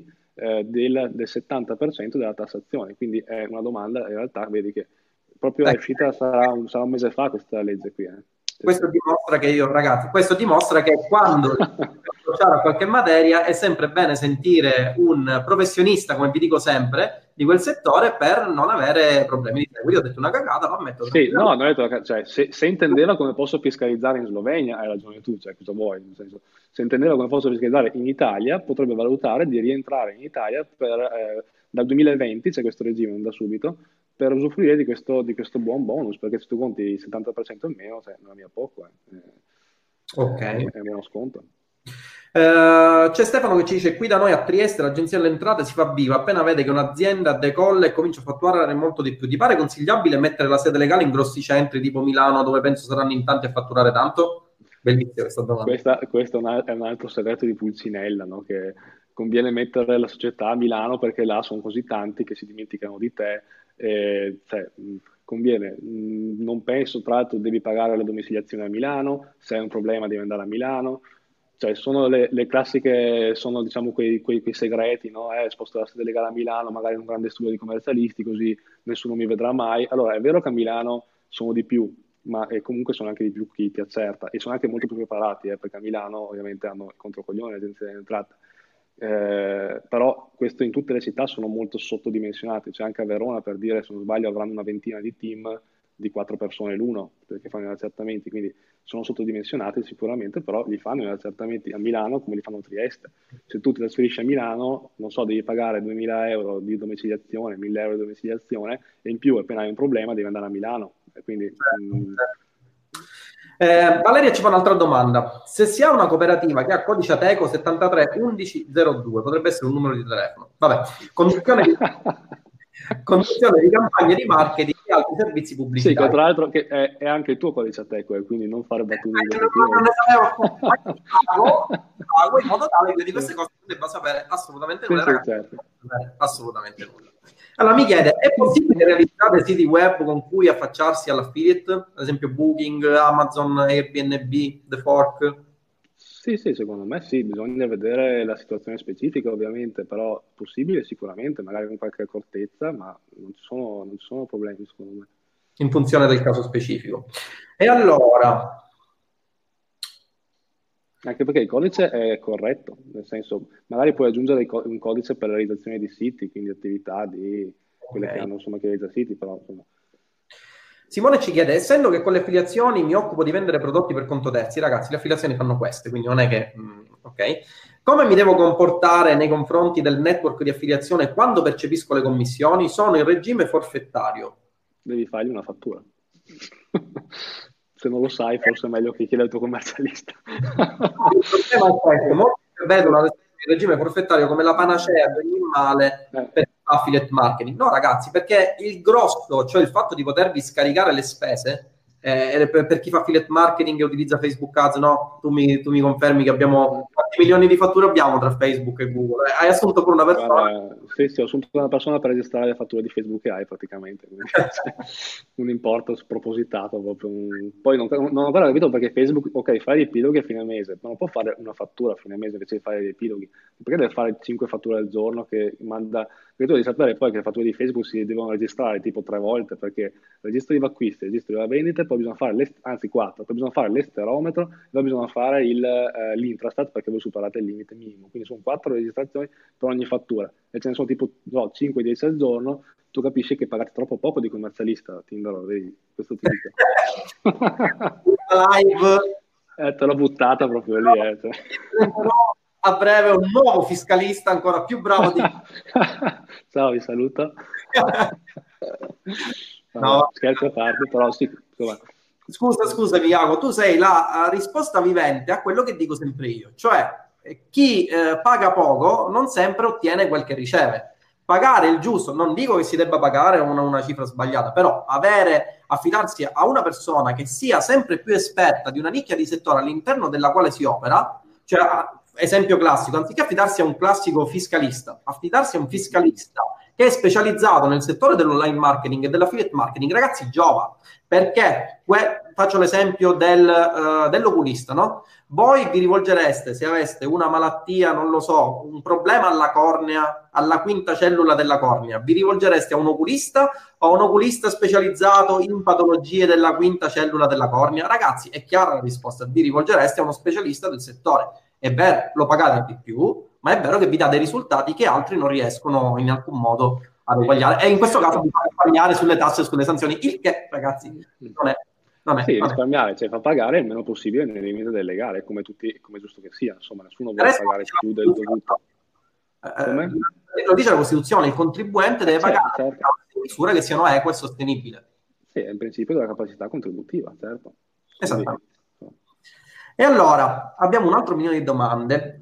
del 70% della tassazione. Quindi è una domanda, in realtà vedi che proprio è Ecco, uscita, sarà un mese fa questa legge qui. Sì, sì. questo dimostra che io, ragazzi, questo dimostra che quando approcciare a qualche materia, è sempre bene sentire un professionista, come vi dico sempre, di quel settore per non avere problemi di seguito. Io ho detto una cagata, lo ammetto. Sì, no, non ho detto, cioè, se intendeva come posso fiscalizzare in Slovenia, hai ragione tu, cioè, cosa vuoi? Nel senso, se intendeva come posso fiscalizzare in Italia, potrebbe valutare di rientrare in Italia dal 2020, c'è questo regime, non da subito, per usufruire di questo buon bonus, perché se tu conti il 70% in meno, cioè, non è mica poco, Ok. È uno sconto. C'è Stefano che ci dice: qui da noi a Trieste l'agenzia delle entrate si fa viva appena vede che un'azienda decolla e comincia a fatturare molto di più. Ti pare consigliabile mettere la sede legale in grossi centri tipo Milano, dove penso saranno in tanti a fatturare tanto? Bellissima questa domanda. Questo è un altro segreto di Pulcinella, no? Che conviene mettere la società a Milano perché là sono così tanti che si dimenticano di te. Cioè, conviene. Non penso, tra l'altro, devi pagare la domiciliazione a Milano, se hai un problema devi andare a Milano. Cioè, sono le classiche, sono diciamo quei segreti, no? Sposto la sede legale a Milano, magari in un grande studio di commercialisti, così nessuno mi vedrà mai. Allora, è vero che a Milano sono di più, ma comunque sono anche di più chi ti accerta e sono anche molto più preparati, perché a Milano ovviamente hanno il controcoglione le agenzie delle entrate. Però questo in tutte le città sono molto sottodimensionati, c'è anche a Verona, per dire, se non sbaglio avranno una ventina di team di 4 persone l'uno perché fanno gli accertamenti, quindi sono sottodimensionati sicuramente, però li fanno gli accertamenti a Milano come li fanno a Trieste. Se tu ti trasferisci a Milano, non so, devi pagare 2000 euro di domiciliazione, 1000 euro di domiciliazione e in più appena hai un problema devi andare a Milano. Quindi, Valeria ci fa un'altra domanda: se si ha una cooperativa che ha codice Ateco 731102, potrebbe essere un numero di telefono, vabbè, condizione di campagne di marketing e altri servizi sì, pubblicitari. che tra l'altro che è anche il tuo codice Ateco, quindi non fare battute di questo non ne sapevo, pago in modo tale che di queste cose non debba sapere assolutamente nulla, sì, ragazzi, certo. assolutamente nulla. Allora mi chiede: è possibile realizzare siti web con cui affacciarsi all'affiliate, ad esempio Booking, Amazon, Airbnb, The Fork? Sì, secondo me sì, bisogna vedere la situazione specifica ovviamente, però possibile sicuramente, magari con qualche accortezza, ma non ci sono problemi secondo me. In funzione del caso specifico. E allora, Anche perché il codice è corretto, nel senso, magari puoi aggiungere un codice per la realizzazione di siti, quindi attività di quelle che hanno, insomma, che realizza siti, però insomma. Simone ci chiede: essendo che con le affiliazioni mi occupo di vendere prodotti per conto terzi, ragazzi, le affiliazioni fanno queste, quindi non è che ok, come mi devo comportare nei confronti del network di affiliazione quando percepisco le commissioni? Sono in regime forfettario. Devi fargli una fattura. Se non lo sai, forse è meglio che chieda al tuo commercialista. Il problema è questo: molti vedono il regime forfettario come la panacea di ogni male per affiliate marketing. No, ragazzi, perché il grosso, cioè il fatto di potervi scaricare le spese, per chi fa affiliate marketing e utilizza Facebook Ads, no? Tu mi confermi che abbiamo quanti milioni di fatture abbiamo tra Facebook e Google? Hai assunto pure una persona? Guarda, sì, ho assunto una persona per registrare le fatture di Facebook che hai praticamente, quindi un importo spropositato proprio. Poi non ho ancora capito perché Facebook, ok, fai gli epiloghi a fine mese, ma non può fare una fattura a fine mese invece di fare gli epiloghi, perché deve fare 5 fatture al giorno che manda. Perché tu devi sapere poi che le fatture di Facebook si devono registrare tipo 3 volte, perché registro di acquisti, registro di vendite, poi bisogna fare, anzi 4, poi bisogna fare l'esterometro, poi bisogna fare l'intrastat perché voi superate il limite minimo, quindi sono 4 registrazioni per ogni fattura, e ce ne sono tipo 5-10 al giorno. Tu capisci che pagate troppo poco di commercialista, Tinder, vedi, questo ti dico. Live. Te l'ho buttata proprio lì. Cioè. A breve un nuovo fiscalista ancora più bravo di... Ciao, vi saluto. No. Scherzo a parte, però sì. Scusami, Iago, tu sei la risposta vivente a quello che dico sempre io, cioè chi paga poco non sempre ottiene quel che riceve. Pagare il giusto, non dico che si debba pagare una cifra sbagliata, però affidarsi a una persona che sia sempre più esperta di una nicchia di settore all'interno della quale si opera, cioè esempio classico, anziché affidarsi a un classico fiscalista, affidarsi a un fiscalista che è specializzato nel settore dell'online marketing e dell'affiliate marketing, ragazzi, giova, perché faccio l'esempio dell'oculista, no? Voi vi rivolgereste, se aveste una malattia, non lo so, un problema alla cornea, alla quinta cellula della cornea, vi rivolgereste a un oculista o a un oculista specializzato in patologie della quinta cellula della cornea? Ragazzi, è chiara la risposta, vi rivolgereste a uno specialista del settore. È vero, lo pagate di più, ma è vero che vi dà dei risultati che altri non riescono in alcun modo ad eguagliare. E in questo caso vi fa risparmiare sulle tasse e sulle sanzioni, il che, ragazzi, non è... Non è, Sì, non è. risparmiare, cioè fa pagare il meno possibile nei limiti del legale, come tutti, come è giusto che sia, insomma, nessuno vuole Adesso pagare più del dovuto. Come? lo dice la Costituzione, il contribuente deve Certo, pagare certo. misure che siano eque e sostenibili. Sì, è il principio della capacità contributiva, certo. Quindi, Esattamente. E allora, abbiamo un altro milione di domande.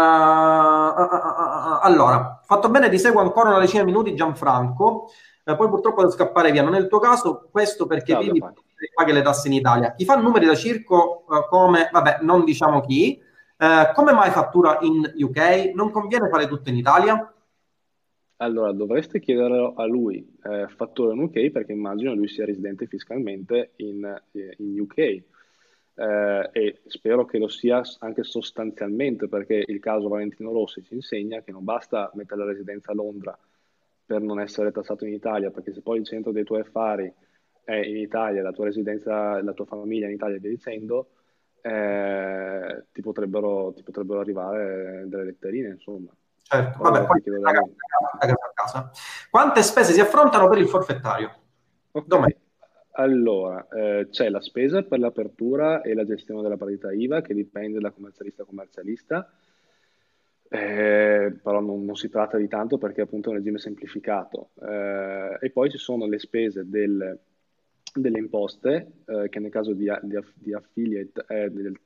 Allora, fatto bene, ti seguo ancora una decina di minuti, Gianfranco. Poi purtroppo devo scappare via. Non è il tuo caso, questo perché Claudio, vivi fai. e paghi le tasse in Italia. Chi fa numeri da circo come, vabbè, non diciamo chi, come mai fattura in UK? Non conviene fare tutto in Italia? Allora, dovreste chiederlo a lui, fattore in UK, perché immagino lui sia residente fiscalmente in UK. E spero che lo sia anche sostanzialmente, perché il caso Valentino Rossi ci insegna che non basta mettere la residenza a Londra per non essere tassato in Italia, perché se poi il centro dei tuoi affari è in Italia, la tua residenza, la tua famiglia è in Italia e via dicendo, ti potrebbero arrivare delle letterine, insomma. Certo, Però vabbè, poi dovresti chiedere a lui. da casa a casa. Quante spese si affrontano per il forfettario? Domani. Ok, allora c'è la spesa per l'apertura e la gestione della partita IVA che dipende da commercialista a commercialista, però non si tratta di tanto perché appunto è un regime semplificato. E poi ci sono le spese delle imposte, che nel caso di affiliate è del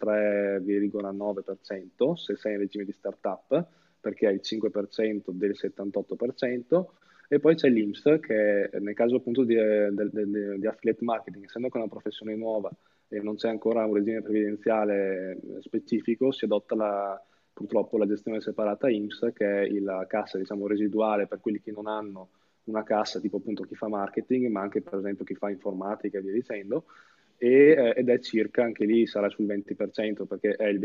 3,9% se sei in regime di startup, perché hai il 5% del 78%. E poi c'è l'INPS che nel caso appunto di affiliate marketing, essendo che è una professione nuova e non c'è ancora un regime previdenziale specifico, si adotta purtroppo la gestione separata INPS, che è la cassa diciamo residuale per quelli che non hanno una cassa, tipo appunto chi fa marketing, ma anche per esempio chi fa informatica e via dicendo, ed è circa, anche lì sarà sul 20%, perché è il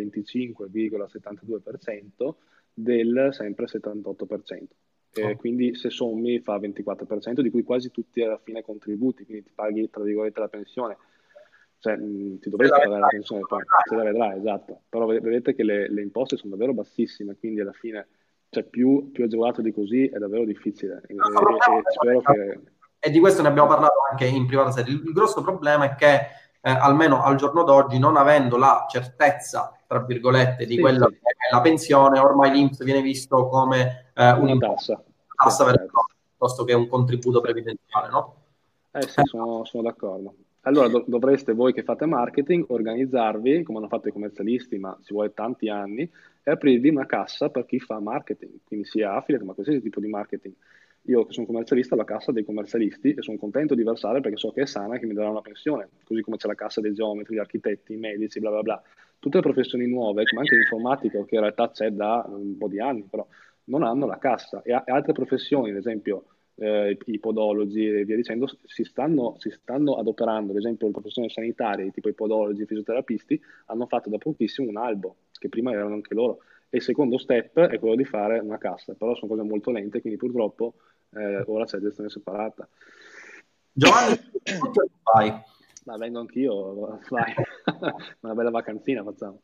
25,72% del sempre 78%. Oh. Quindi se sommi fa 24%, di cui quasi tutti alla fine contributi, quindi ti paghi tra virgolette la pensione. Cioè, ti Se la dovresti pagare la vedrai, pensione poi, se la vedrai, esatto. Però vedete che le imposte sono davvero bassissime, quindi alla fine, cioè, più agevolato di così è davvero difficile. il nostro problema E spero che... e di questo ne abbiamo parlato anche in privata sede. Il grosso problema è che, almeno al giorno d'oggi, non avendo la certezza, tra virgolette, di Sì, quella sì, che è la pensione, ormai l'INPS viene visto come una tassa. Sì, tassa vera e certo. propria, piuttosto che un contributo Sì. previdenziale, no? Eh sì, sono d'accordo. Allora dovreste voi che fate marketing organizzarvi, come hanno fatto i commercialisti, ma ci vuole tanti anni, e aprirvi una cassa per chi fa marketing, quindi sia affiliate, ma qualsiasi tipo di marketing. Io che sono commercialista ho la cassa dei commercialisti e sono contento di versare perché so che è sana e che mi darà una pensione, così come c'è la cassa dei geometri, gli architetti, i medici, bla bla bla. Tutte le professioni nuove, come anche l'informatica, che in realtà c'è da un po' di anni, però non hanno la cassa. E altre professioni, ad esempio i podologi e via dicendo, si stanno adoperando. Ad esempio, le professioni sanitarie, tipo i podologi, i fisioterapisti, hanno fatto da pochissimo un albo, che prima erano anche loro. E il secondo step è quello di fare una cassa, però sono cose molto lente, quindi purtroppo ora c'è gestione separata. Giovanni, tutti vai. Ma vengo anch'io, vai, una bella vacanzina facciamo.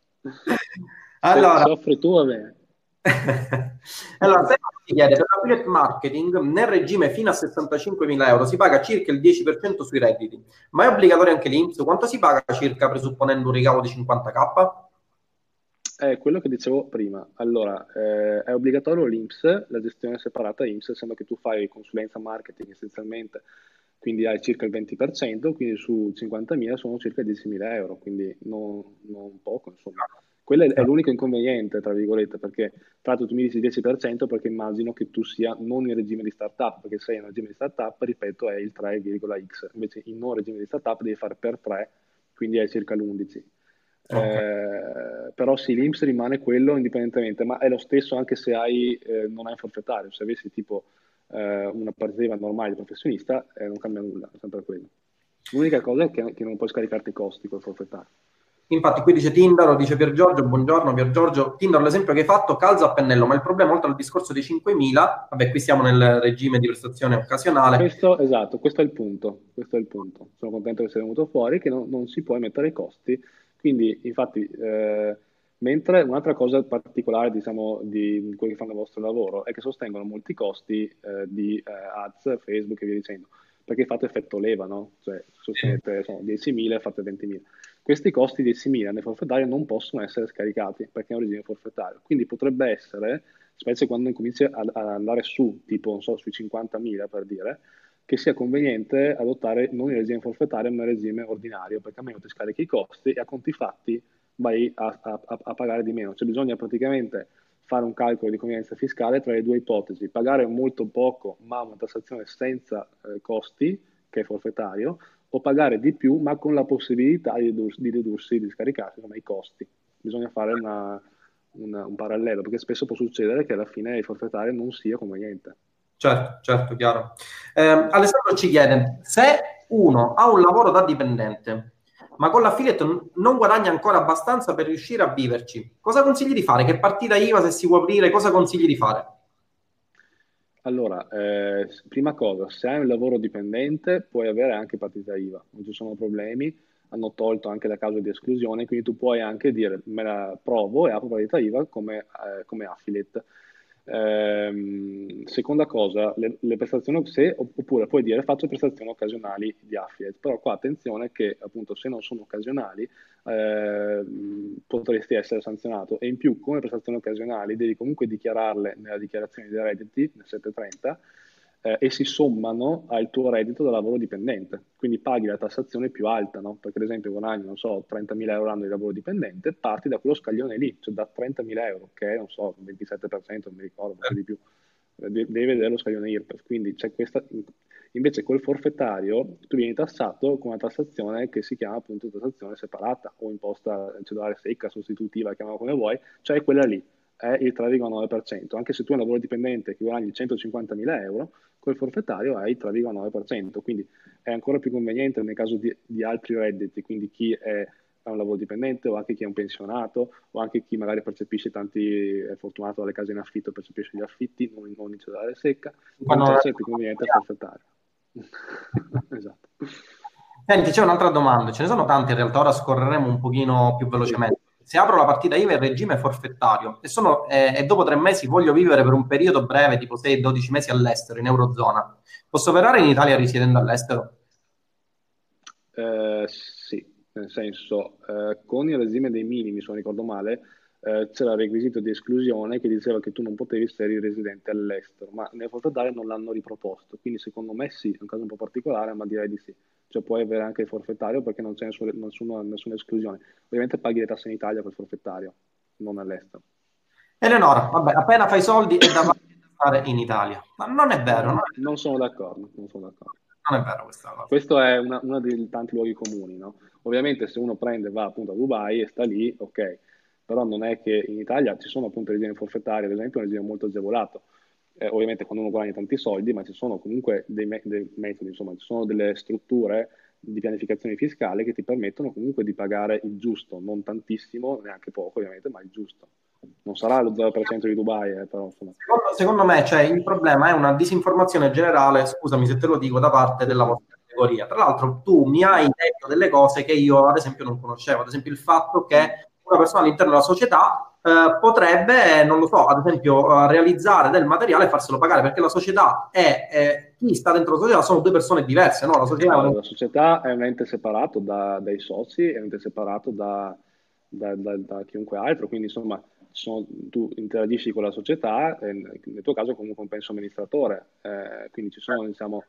Se Allora, offri tu va bene. allora, se si chiede per l'affiliate marketing nel regime fino a 65.000 euro si paga circa il 10% sui redditi, ma è obbligatorio anche l'INPS? Quanto si paga circa presupponendo un ricavo di 50k? È quello che dicevo prima. Allora, è obbligatorio l'INPS, la gestione separata INPS, essendo che tu fai consulenza marketing essenzialmente, quindi hai circa il 20%, quindi su 50.000 sono circa 10.000 euro, quindi non poco, insomma. Quello è l'unico inconveniente, tra virgolette, perché tra l'altro tu mi dici 10% perché immagino che tu sia non in regime di startup, perché se sei in regime di startup, ripeto, è il 3,x, invece in non regime di startup devi fare per 3, quindi è circa l'11. Ok. Però sì, l'INPS rimane quello indipendentemente, ma è lo stesso anche se non hai forfettario. Se avessi tipo una partita normale di professionista, non cambia nulla, è sempre quello. L'unica cosa è che non puoi scaricarti i costi col forfettario. Infatti qui dice Tindaro, dice Pier Giorgio, buongiorno Pier Giorgio, Tindaro l'esempio che hai fatto calza a pennello, ma il problema oltre al discorso dei 5.000, vabbè qui siamo nel regime di prestazione occasionale. Esatto, questo è il punto, questo è il punto. Sono contento che sia venuto fuori, che non si può mettere i costi. Quindi, infatti, Mentre un'altra cosa particolare, diciamo, di quelli che fanno il vostro lavoro è che sostengono molti costi di ads, Facebook e via dicendo, perché fate effetto leva, no? Cioè sostenete 10.000 e fate 20.000. Questi costi 10.000 nel forfettario non possono essere scaricati perché è un regime forfettario. Quindi potrebbe essere, specie quando incominci ad andare su, tipo, non so, sui 50.000 per dire, che sia conveniente adottare non il regime forfettario ma il regime ordinario, perché almeno ti scarichi i costi e a conti fatti vai a pagare di meno. Cioè bisogna praticamente fare un calcolo di convenienza fiscale tra le due ipotesi: pagare molto poco ma una tassazione senza costi, che è forfettario, o pagare di più ma con la possibilità di scaricarsi insomma, i costi. Bisogna fare un parallelo, perché spesso può succedere che alla fine il forfettario non sia conveniente. Certo, certo, chiaro. Alessandro ci chiede, se uno ha un lavoro da dipendente, ma con l'affiliate non guadagna ancora abbastanza per riuscire a viverci, cosa consigli di fare? Che partita IVA, se si può aprire, cosa consigli di fare? Allora, prima cosa, se hai un lavoro dipendente puoi avere anche partita IVA, non ci sono problemi, hanno tolto anche la causa di esclusione, quindi tu puoi anche dire me la provo e apro partita IVA come affiliate. Seconda cosa, le prestazioni, oppure puoi dire faccio prestazioni occasionali di affiliate, però qua attenzione che appunto se non sono occasionali eh, potresti essere sanzionato, e in più come prestazioni occasionali devi comunque dichiararle nella dichiarazione dei redditi nel 730 e si sommano al tuo reddito da lavoro dipendente, quindi paghi la tassazione più alta, no? Perché ad esempio guadagni, non so, 30.000 euro l'anno di lavoro dipendente, parti da quello scaglione lì, cioè da 30.000 euro, che è, non so, il 27%, non mi ricordo, forse di più. Devi vedere lo scaglione IRPEF, quindi c'è questa. Invece col forfettario tu vieni tassato con una tassazione che si chiama appunto tassazione separata o imposta cedolare secca, sostitutiva, chiamala come vuoi, cioè quella lì è il 3,9%. Anche se tu hai un lavoro dipendente che guadagni 150.000 euro, col forfettario hai il 3,9%, quindi è ancora più conveniente nel caso di altri redditi, quindi chi ha un lavoro dipendente o anche chi è un pensionato o anche chi magari percepisce tanti, è fortunato dalle case in affitto, percepisce gli affitti, non in cedolare secca, Fanno comincia a una- essere più conveniente il forfettario. Esatto. Senti, c'è un'altra domanda, ce ne sono tante in realtà, ora scorreremo un pochino più Sì. velocemente. Se apro la partita IVA in regime forfettario e dopo 3 mesi voglio vivere per un periodo breve, tipo 6-12 mesi all'estero, in Eurozona, posso operare in Italia risiedendo all'estero? Sì, nel senso, con il regime dei minimi, se non ricordo male, c'era il requisito di esclusione che diceva che tu non potevi essere residente all'estero, ma nel forfettario non l'hanno riproposto, quindi secondo me sì, è un caso un po' particolare, ma direi di sì. Cioè puoi avere anche il forfettario perché non c'è nessuna esclusione. Ovviamente paghi le tasse in Italia col forfettario, non all'estero. Eleonora, vabbè, appena fai soldi è da stare in Italia. Ma non è vero, Non sono d'accordo, non sono d'accordo. non è vero questa cosa. Questo è uno dei tanti luoghi comuni, no? Ovviamente se uno prende, va appunto a Dubai e sta lì, ok, però non è che in Italia ci sono appunto regimi forfettari, ad esempio un regime molto agevolato. Ovviamente quando uno guadagna tanti soldi, ma ci sono comunque dei metodi, insomma, ci sono delle strutture di pianificazione fiscale che ti permettono comunque di pagare il giusto, non tantissimo, neanche poco ovviamente, ma il giusto. Non sarà lo 0% di Dubai, però insomma. Secondo me, cioè, il problema è una disinformazione generale, scusami se te lo dico, da parte Sì, della sì. vostra categoria. Tra l'altro, tu mi hai detto delle cose che io, ad esempio, non conoscevo. Ad esempio, il fatto Mm. che una persona all'interno della società potrebbe, non lo so, ad esempio, realizzare del materiale e farselo pagare, perché la società e chi sta dentro la società sono due persone diverse, no? La società è Allora, la società è un ente separato dai soci, è un ente separato da chiunque altro, quindi insomma tu interagisci con la società, nel tuo caso comunque un penso amministratore, quindi ci sono diciamo,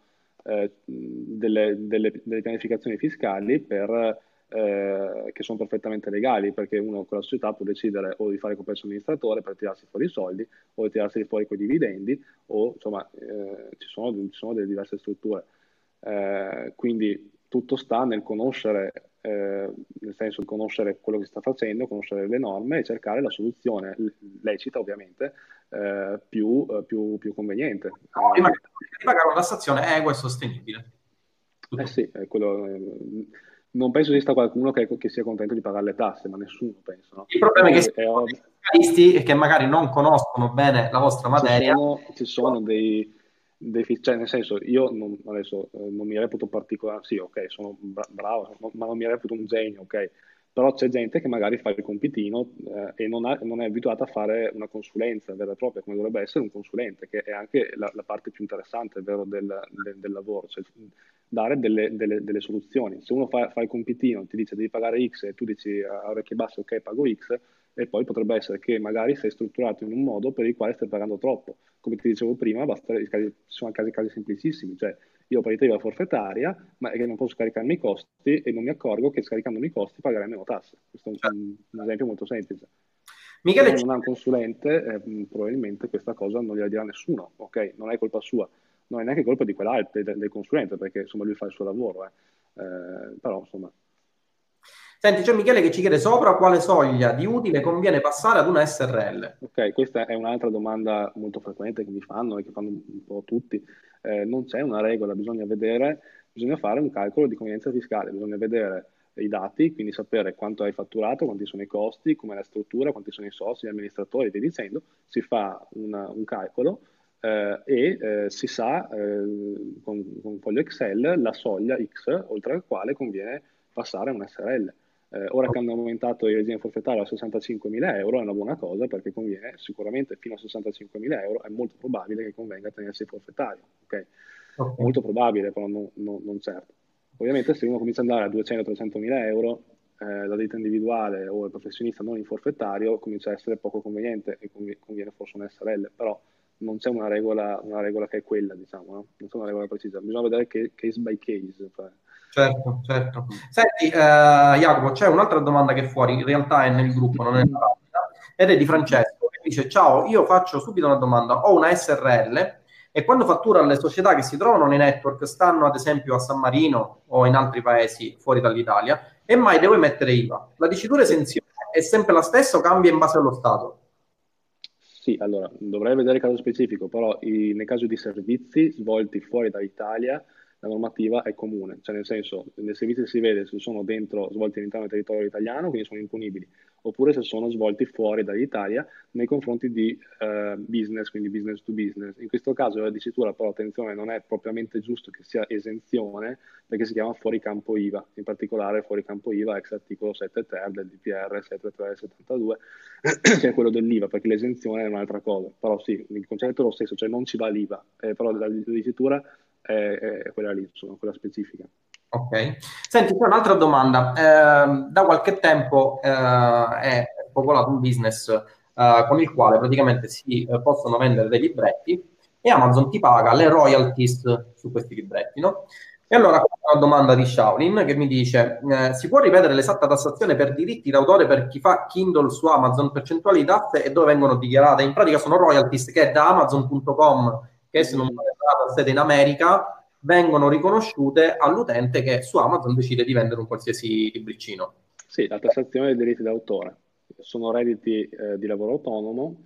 delle pianificazioni fiscali che sono perfettamente legali, perché uno con la società può decidere o di fare compenso amministratore per tirarsi fuori i soldi, o di tirarsi fuori quei dividendi, o insomma ci sono delle diverse strutture. Quindi tutto sta nel conoscere, nel senso di conoscere quello che si sta facendo, conoscere le norme e cercare la soluzione lecita, ovviamente, più conveniente. prima di pagare una tassazione equa e sostenibile. Tutto qui. Sì, non penso esista qualcuno che sia contento di pagare le tasse, ma nessuno penso, no? Il problema è che Perché siamo dei fiscalisti che magari non conoscono bene la vostra ci materia. sono, ci sono cioè nel senso, io adesso non mi reputo particolare, sì, ok, sono bravo, ma non mi reputo un genio, ok, però c'è gente che magari fa il compitino e non è abituata a fare una consulenza vera e propria, come dovrebbe essere un consulente, che è anche la parte più interessante, vero, del lavoro, cioè dare delle soluzioni. Se uno fa il compitino, ti dice devi pagare X e tu dici a orecchie basse ok, pago X, e poi potrebbe essere che magari sei strutturato in un modo per il quale stai pagando troppo. Come ti dicevo prima, ci sono casi semplicissimi, cioè io ho partita IVA forfettaria, ma è che non posso scaricarmi i costi e non mi accorgo che scaricandomi i costi pagherai meno tasse. Questo è un esempio molto semplice. Se Michele, uno non ha un consulente, probabilmente questa cosa non gliela dirà nessuno, ok? Non è colpa sua, non è neanche colpa di quell'altro, del consulente, perché insomma lui fa il suo lavoro, però insomma. senti, c'è Michele che ci chiede sopra quale soglia di utile conviene passare ad una SRL. Ok, questa è un'altra domanda molto frequente che mi fanno e che fanno un po' tutti. Non c'è una regola, bisogna fare un calcolo di convenienza fiscale, bisogna vedere i dati, quindi sapere quanto hai fatturato, quanti sono i costi, com'è la struttura, quanti sono i soci, gli amministratori, e via dicendo. Si fa un calcolo si sa con un foglio Excel la soglia X oltre al quale conviene passare a un SRL. Ora che hanno aumentato il regime forfettario a 65.000 euro è una buona cosa perché conviene sicuramente fino a 65.000 euro, è molto probabile che convenga tenersi il forfettario. Okay? Ok. Molto probabile, però non certo. Ovviamente se uno comincia ad andare a 200-300 mila euro, la ditta individuale o il professionista non il forfettario comincia a essere poco conveniente e conviene forse un SRL, però non c'è una regola che è quella, diciamo, no? Non c'è una regola precisa, bisogna vedere case by case. Cioè. Certo, certo. Senti, Jacopo, c'è un'altra domanda che è fuori, in realtà è nel gruppo, non è nella pagina, ed è di Francesco, che dice: ciao, io faccio subito una domanda. Ho una SRL e quando fattura alle società che si trovano nei network, stanno ad esempio a San Marino o in altri paesi fuori dall'Italia, e mai devo emettere IVA. La dicitura esenzione è sempre la stessa o cambia in base allo Stato? Sì, allora, dovrei vedere il caso specifico, però nel caso di servizi svolti fuori dall'Italia, la normativa è comune, cioè nel senso, nei servizi si vede se sono svolti all'interno del territorio italiano, quindi sono imponibili, oppure se sono svolti fuori dall'Italia nei confronti di business, quindi business to business. In questo caso la dicitura, però attenzione, non è propriamente giusto che sia esenzione, perché si chiama fuori campo IVA, in particolare fuori campo IVA ex articolo 7 ter del DPR 7372, che è quello dell'IVA, perché l'esenzione è un'altra cosa, però sì, il concetto è lo stesso, cioè non ci va l'IVA, però la dicitura è quella lì, insomma, quella specifica. Ok. Senti, c'è un'altra domanda. Da qualche tempo è popolato un business con il quale praticamente si possono vendere dei libretti e Amazon ti paga le royalties su questi libretti, no? E allora questa è una domanda di Shaolin che mi dice: si può ripetere l'esatta tassazione per diritti d'autore per chi fa Kindle su Amazon, percentuali di tasse e dove vengono dichiarate? In pratica sono royalties che da Amazon.com, che se non vale ha sede in America, vengono riconosciute all'utente che su Amazon decide di vendere un qualsiasi libricino. Sì, la tassazione dei diritti d'autore. Sono redditi di lavoro autonomo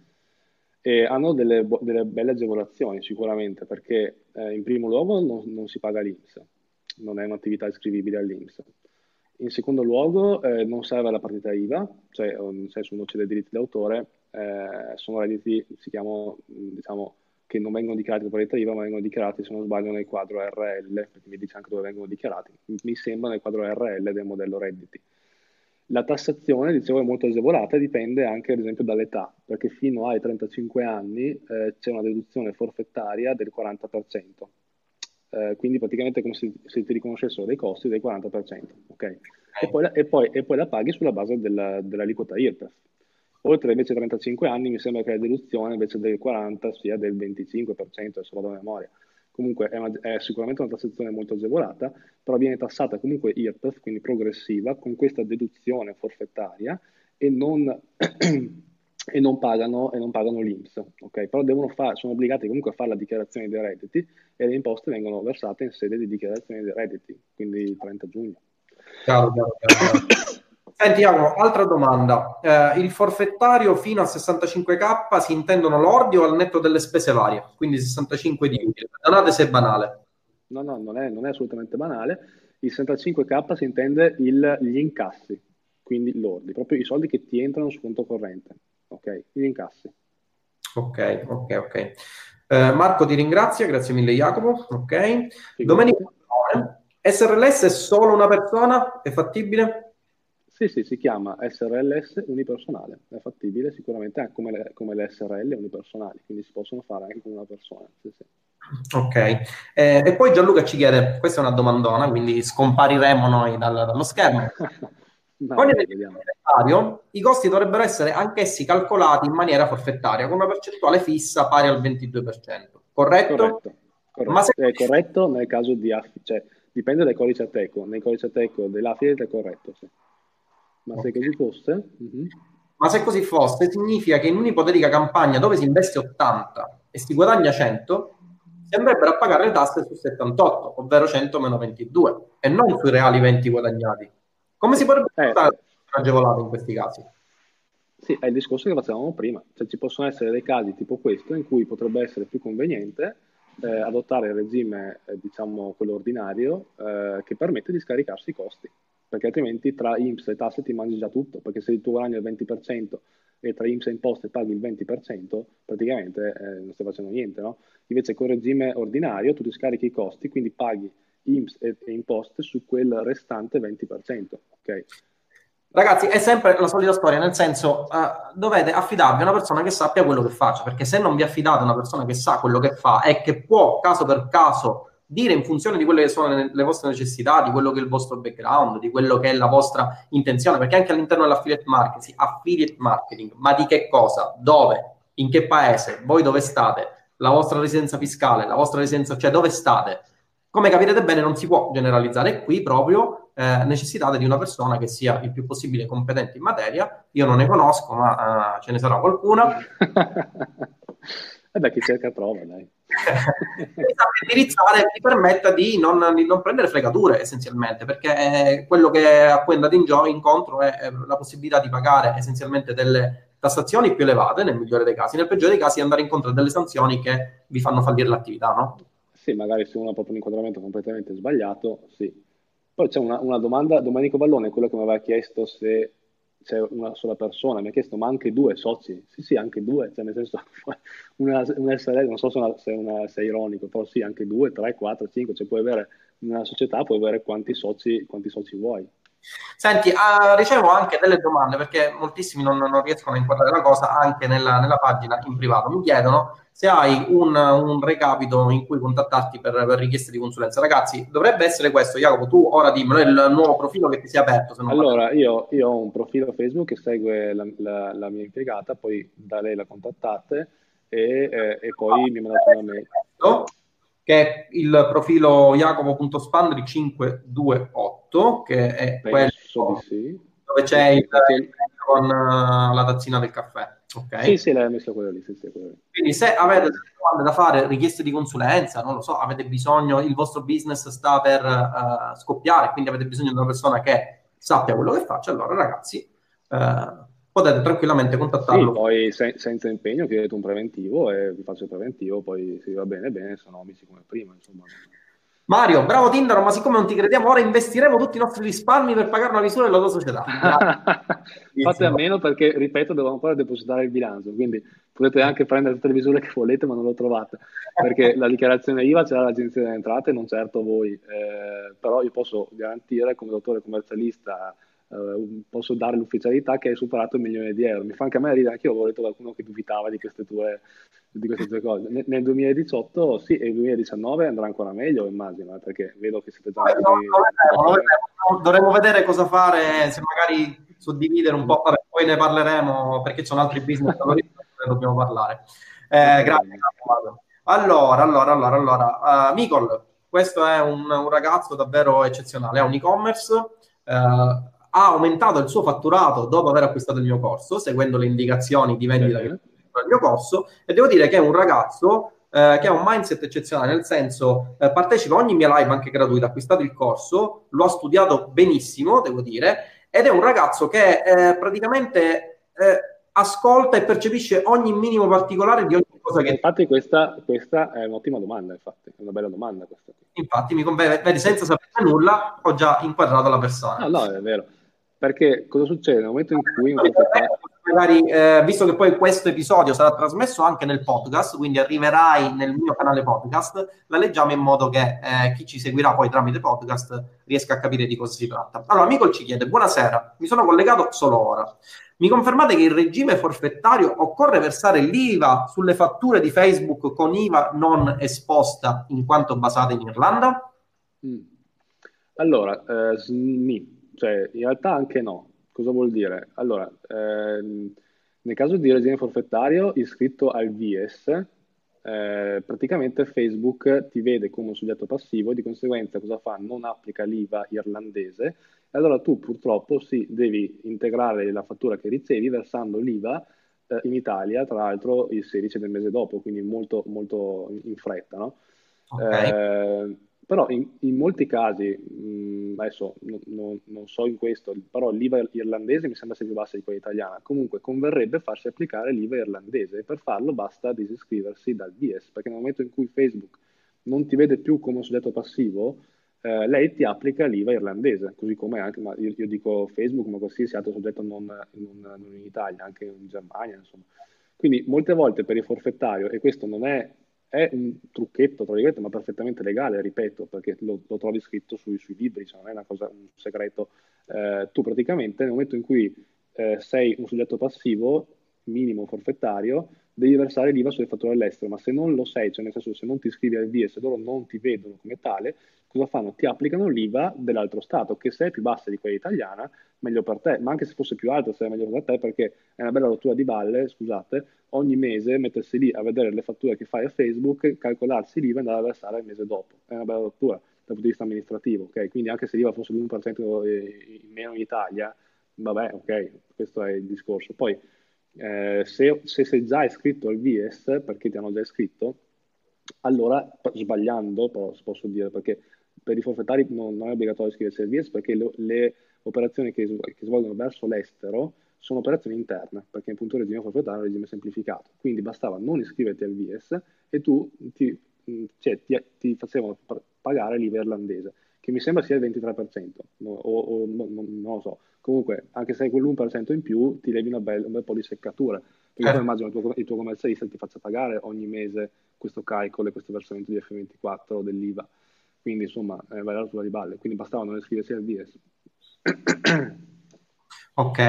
e hanno delle belle agevolazioni sicuramente, perché in primo luogo non si paga l'INPS, non è un'attività iscrivibile all'INPS. In secondo luogo non serve la partita IVA, cioè nel senso uno cede diritti d'autore, sono redditi, si chiamano, diciamo, che non vengono dichiarati con partita IVA, ma vengono dichiarati, se non sbaglio, nel quadro RL, perché mi dice anche dove vengono dichiarati, mi sembra nel quadro RL del modello redditi. La tassazione, dicevo, è molto agevolata e dipende anche, ad esempio, dall'età, perché fino ai 35 anni c'è una deduzione forfettaria del 40%. Quindi praticamente è come se ti riconoscessero dei costi del 40%, ok? E poi la paghi sulla base dell'aliquota IRPEF. Oltre invece ai 35 anni mi sembra che la deduzione invece del 40 sia del 25%, adesso vado a memoria. Comunque è sicuramente una tassazione molto agevolata, però viene tassata comunque IRPEF, quindi progressiva, con questa deduzione forfettaria e non, e non pagano l'INPS, ok? Però sono obbligati comunque a fare la dichiarazione dei redditi e le imposte vengono versate in sede di dichiarazione dei redditi, quindi il 30 giugno. Chiaro, chiaro, chiaro, chiaro. Senti, Jacopo, altra domanda. Il forfettario fino a 65k si intendono lordi o al netto delle spese varie? Quindi 65 di utile. Perdonate se è banale. No, non è assolutamente banale. Il 65K si intende gli incassi, quindi lordi, proprio i soldi che ti entrano su conto corrente, ok? Gli incassi. Ok, ok, ok. Marco ti ringrazia, grazie mille Jacopo. Ok. Domenico, Figurati. SRLS è solo una persona? È fattibile? Sì, sì, si chiama SRLS unipersonale, è fattibile sicuramente anche come le SRL unipersonali, quindi si possono fare anche con una persona. Sì, sì. Ok. E poi Gianluca ci chiede, questa è una domandona, quindi scompariremo noi dallo schermo. No, Con il vabbè, regime vediamo. forfettario, i costi dovrebbero essere anch'essi calcolati in maniera forfettaria, con una percentuale fissa pari al 22%, corretto? Corretto, Ma se corretto. È corretto nel caso di cioè dipende dal codice Ateco. Nel codice Ateco dell'affiliate è corretto, sì. Ma se Ok. così fosse, Ma se così fosse, significa che in un'ipotetica campagna dove si investe 80 e si guadagna 100, si andrebbero a pagare le tasse su 78, ovvero 100 meno 22, e non sui reali 20 guadagnati. Come si sì, potrebbe portare una agevolata in questi casi? sì, è il discorso che facevamo prima, cioè ci possono essere dei casi tipo questo in cui potrebbe essere più conveniente adottare il regime, diciamo, quello ordinario, che permette di scaricarsi i costi, perché altrimenti tra INPS e tasse ti mangi già tutto, perché se il tuo guadagno è il 20% e tra INPS e imposte paghi il 20%, praticamente non stai facendo niente, no? Invece con il regime ordinario tu ti scarichi i costi, quindi paghi INPS e imposte su quel restante 20%, ok? Ragazzi, è sempre la solita storia, nel senso, dovete affidarvi a una persona che sappia quello che faccia, perché se non vi affidate a una persona che sa quello che fa e che può, caso per caso, dire in funzione di quelle che sono le vostre necessità, di quello che è il vostro background, di quello che è la vostra intenzione, perché anche all'interno affiliate marketing, ma di che cosa, dove, in che paese, voi dove state, la vostra residenza fiscale, la vostra residenza, cioè dove state, come capirete bene non si può generalizzare, e qui proprio necessitate di una persona che sia il più possibile competente in materia. Io non ne conosco, ma ce ne sarà qualcuna. E beh, chi cerca trova, dai. Mi sa che indirizzare vi permetta di non prendere fregature essenzialmente, perché quello che a cui andate incontro è la possibilità di pagare essenzialmente delle tassazioni più elevate nel migliore dei casi, nel peggiore dei casi andare incontro a delle sanzioni che vi fanno fallire l'attività, no? Sì, magari se uno ha proprio un inquadramento completamente sbagliato, sì. Poi c'è una domanda, Domenico Vallone, quello che mi aveva chiesto se c'è una sola persona, mi ha chiesto ma anche due soci? Sì, sì, anche due, cioè nel senso una SRL, non so se è ironico, però sì, anche due, tre, quattro, cinque, cioè puoi avere una società, puoi avere quanti soci vuoi. Senti, ricevo anche delle domande perché moltissimi non riescono a inquadrare la cosa anche nella pagina in privato. Mi chiedono se hai un recapito in cui contattarti per richieste di consulenza. Ragazzi, dovrebbe essere questo. Jacopo, tu ora dimmelo, è il nuovo profilo che ti si è aperto, se non vado Allora, io ho un profilo Facebook che segue la mia impiegata, poi da lei la contattate e poi mi mandate una mail. errato, che è il profilo jacopo.spandri 528, che è quello Penso di sì. dove Sì, c'è sì, infatti il con la tazzina del caffè. sì, Ok? sì, lei ha messo quello lì, sì, sì, quello lì. Quindi se Sì, avete sì. delle domande da fare, richieste di consulenza, non lo so, avete bisogno, il vostro business sta per scoppiare, quindi avete bisogno di una persona che sappia quello che faccia, allora ragazzi, potete tranquillamente Sì, contattarlo. poi senza impegno chiedete un preventivo e vi faccio il preventivo, poi se va bene, bene, se no amici come prima, insomma. Mario, bravo Tinder, ma siccome non ti crediamo, ora investiremo tutti i nostri risparmi per pagare una visura della tua società. Grazie. Fate a meno perché, ripeto, devo ancora depositare il bilancio, quindi potete anche prendere tutte le misure che volete, ma non lo trovate, perché la dichiarazione IVA ce l'ha l'Agenzia delle Entrate, non certo voi. Però io posso garantire come dottore commercialista, posso dare l'ufficialità che hai superato il 1 milione di euro. Mi fa anche a me ridere, anche io avevo letto qualcuno che dubitava di queste due cose. Nel 2018 sì, e nel 2019 andrà ancora meglio, immagino, perché vedo che siete già Poi messi lo molto bene. vedremo. Dovremo vedere cosa fare, se magari suddividere un po', vabbè, poi ne parleremo perché ci sono altri business allora ne dobbiamo parlare. Va Grazie, bene. Mario. Allora, Micol, questo è un ragazzo davvero eccezionale, ha un e-commerce, ha aumentato il suo fatturato dopo aver acquistato il mio corso, seguendo le indicazioni di vendita che Bene. il mio corso, e devo dire che è un ragazzo che ha un mindset eccezionale, nel senso partecipa a ogni mia live anche gratuita, ha acquistato il corso, lo ha studiato benissimo, devo dire, ed è un ragazzo che praticamente ascolta e percepisce ogni minimo particolare di ogni cosa che... Infatti questa è un'ottima domanda, infatti, è una bella domanda questa qui. Infatti, vedi, senza sapere nulla, ho già inquadrato la persona. No, no, è vero. Perché cosa succede? Nel momento in cui un proprietario... magari, visto che poi questo episodio sarà trasmesso anche nel podcast, quindi arriverai nel mio canale podcast, la leggiamo in modo che chi ci seguirà poi tramite podcast riesca a capire di cosa si tratta. Allora, Amico ci chiede, buonasera, mi sono collegato solo ora. Mi confermate che in regime forfettario occorre versare l'IVA sulle fatture di Facebook con IVA non esposta in quanto basate in Irlanda? Mm. Allora, SNI, cioè in realtà anche no. Cosa vuol dire? Allora, nel caso di regime forfettario iscritto al VIES, praticamente Facebook ti vede come un soggetto passivo, di conseguenza cosa fa? Non applica l'IVA irlandese, e allora tu purtroppo sì, devi integrare la fattura che ricevi versando l'IVA in Italia, tra l'altro il 16 del mese dopo, quindi molto, molto in fretta, no? Ok, Eh, Però in molti casi, adesso non so in questo, però l'IVA irlandese mi sembra sia più bassa di quella italiana. Comunque converrebbe farsi applicare l'IVA irlandese e per farlo basta disiscriversi dal BS, perché nel momento in cui Facebook non ti vede più come un soggetto passivo, lei ti applica l'IVA irlandese, così come anche, ma io dico Facebook, ma qualsiasi altro soggetto non in Italia, anche in Germania, insomma. Quindi molte volte per il forfettario, e questo non è un trucchetto, tra virgolette, ma perfettamente legale, ripeto, perché lo trovi scritto sui libri, cioè non è una cosa, un segreto. Tu praticamente nel momento in cui sei un soggetto passivo, minimo forfettario, devi versare l'IVA sulle fatture all'estero, ma se non lo sei, cioè nel senso se non ti iscrivi al VIE, se loro non ti vedono come tale, cosa fanno? Ti applicano l'IVA dell'altro Stato, che se è più bassa di quella italiana, meglio per te, ma anche se fosse più alta sarebbe meglio per te perché è una bella rottura di balle, scusate, ogni mese mettersi lì a vedere le fatture che fai a Facebook, calcolarsi l'IVA e andare a versare il mese dopo. È una bella rottura dal punto di vista amministrativo, ok? Quindi anche se l'IVA fosse l'1% in meno in Italia, vabbè, ok, questo è il discorso. Poi, se sei già iscritto al VIES, perché ti hanno già iscritto, allora, sbagliando, però posso dire, perché per i forfettari non è obbligatorio iscriversi al VIES, perché le operazioni che svolgono verso l'estero sono operazioni interne, perché appunto il regime forfettario è un regime semplificato. Quindi bastava non iscriverti al VIES e tu ti facevano pagare l'IVA irlandese, che mi sembra sia il 23%, non lo so. Comunque, anche se hai quell'1% in più, ti levi un bel po' di seccatura, perché poi certo. immagino il tuo commercialista ti faccia pagare ogni mese questo calcolo e questo versamento di F24 dell'IVA. Quindi, insomma, è una rottura di balle. Quindi bastava non iscriversi al VIES. Ok.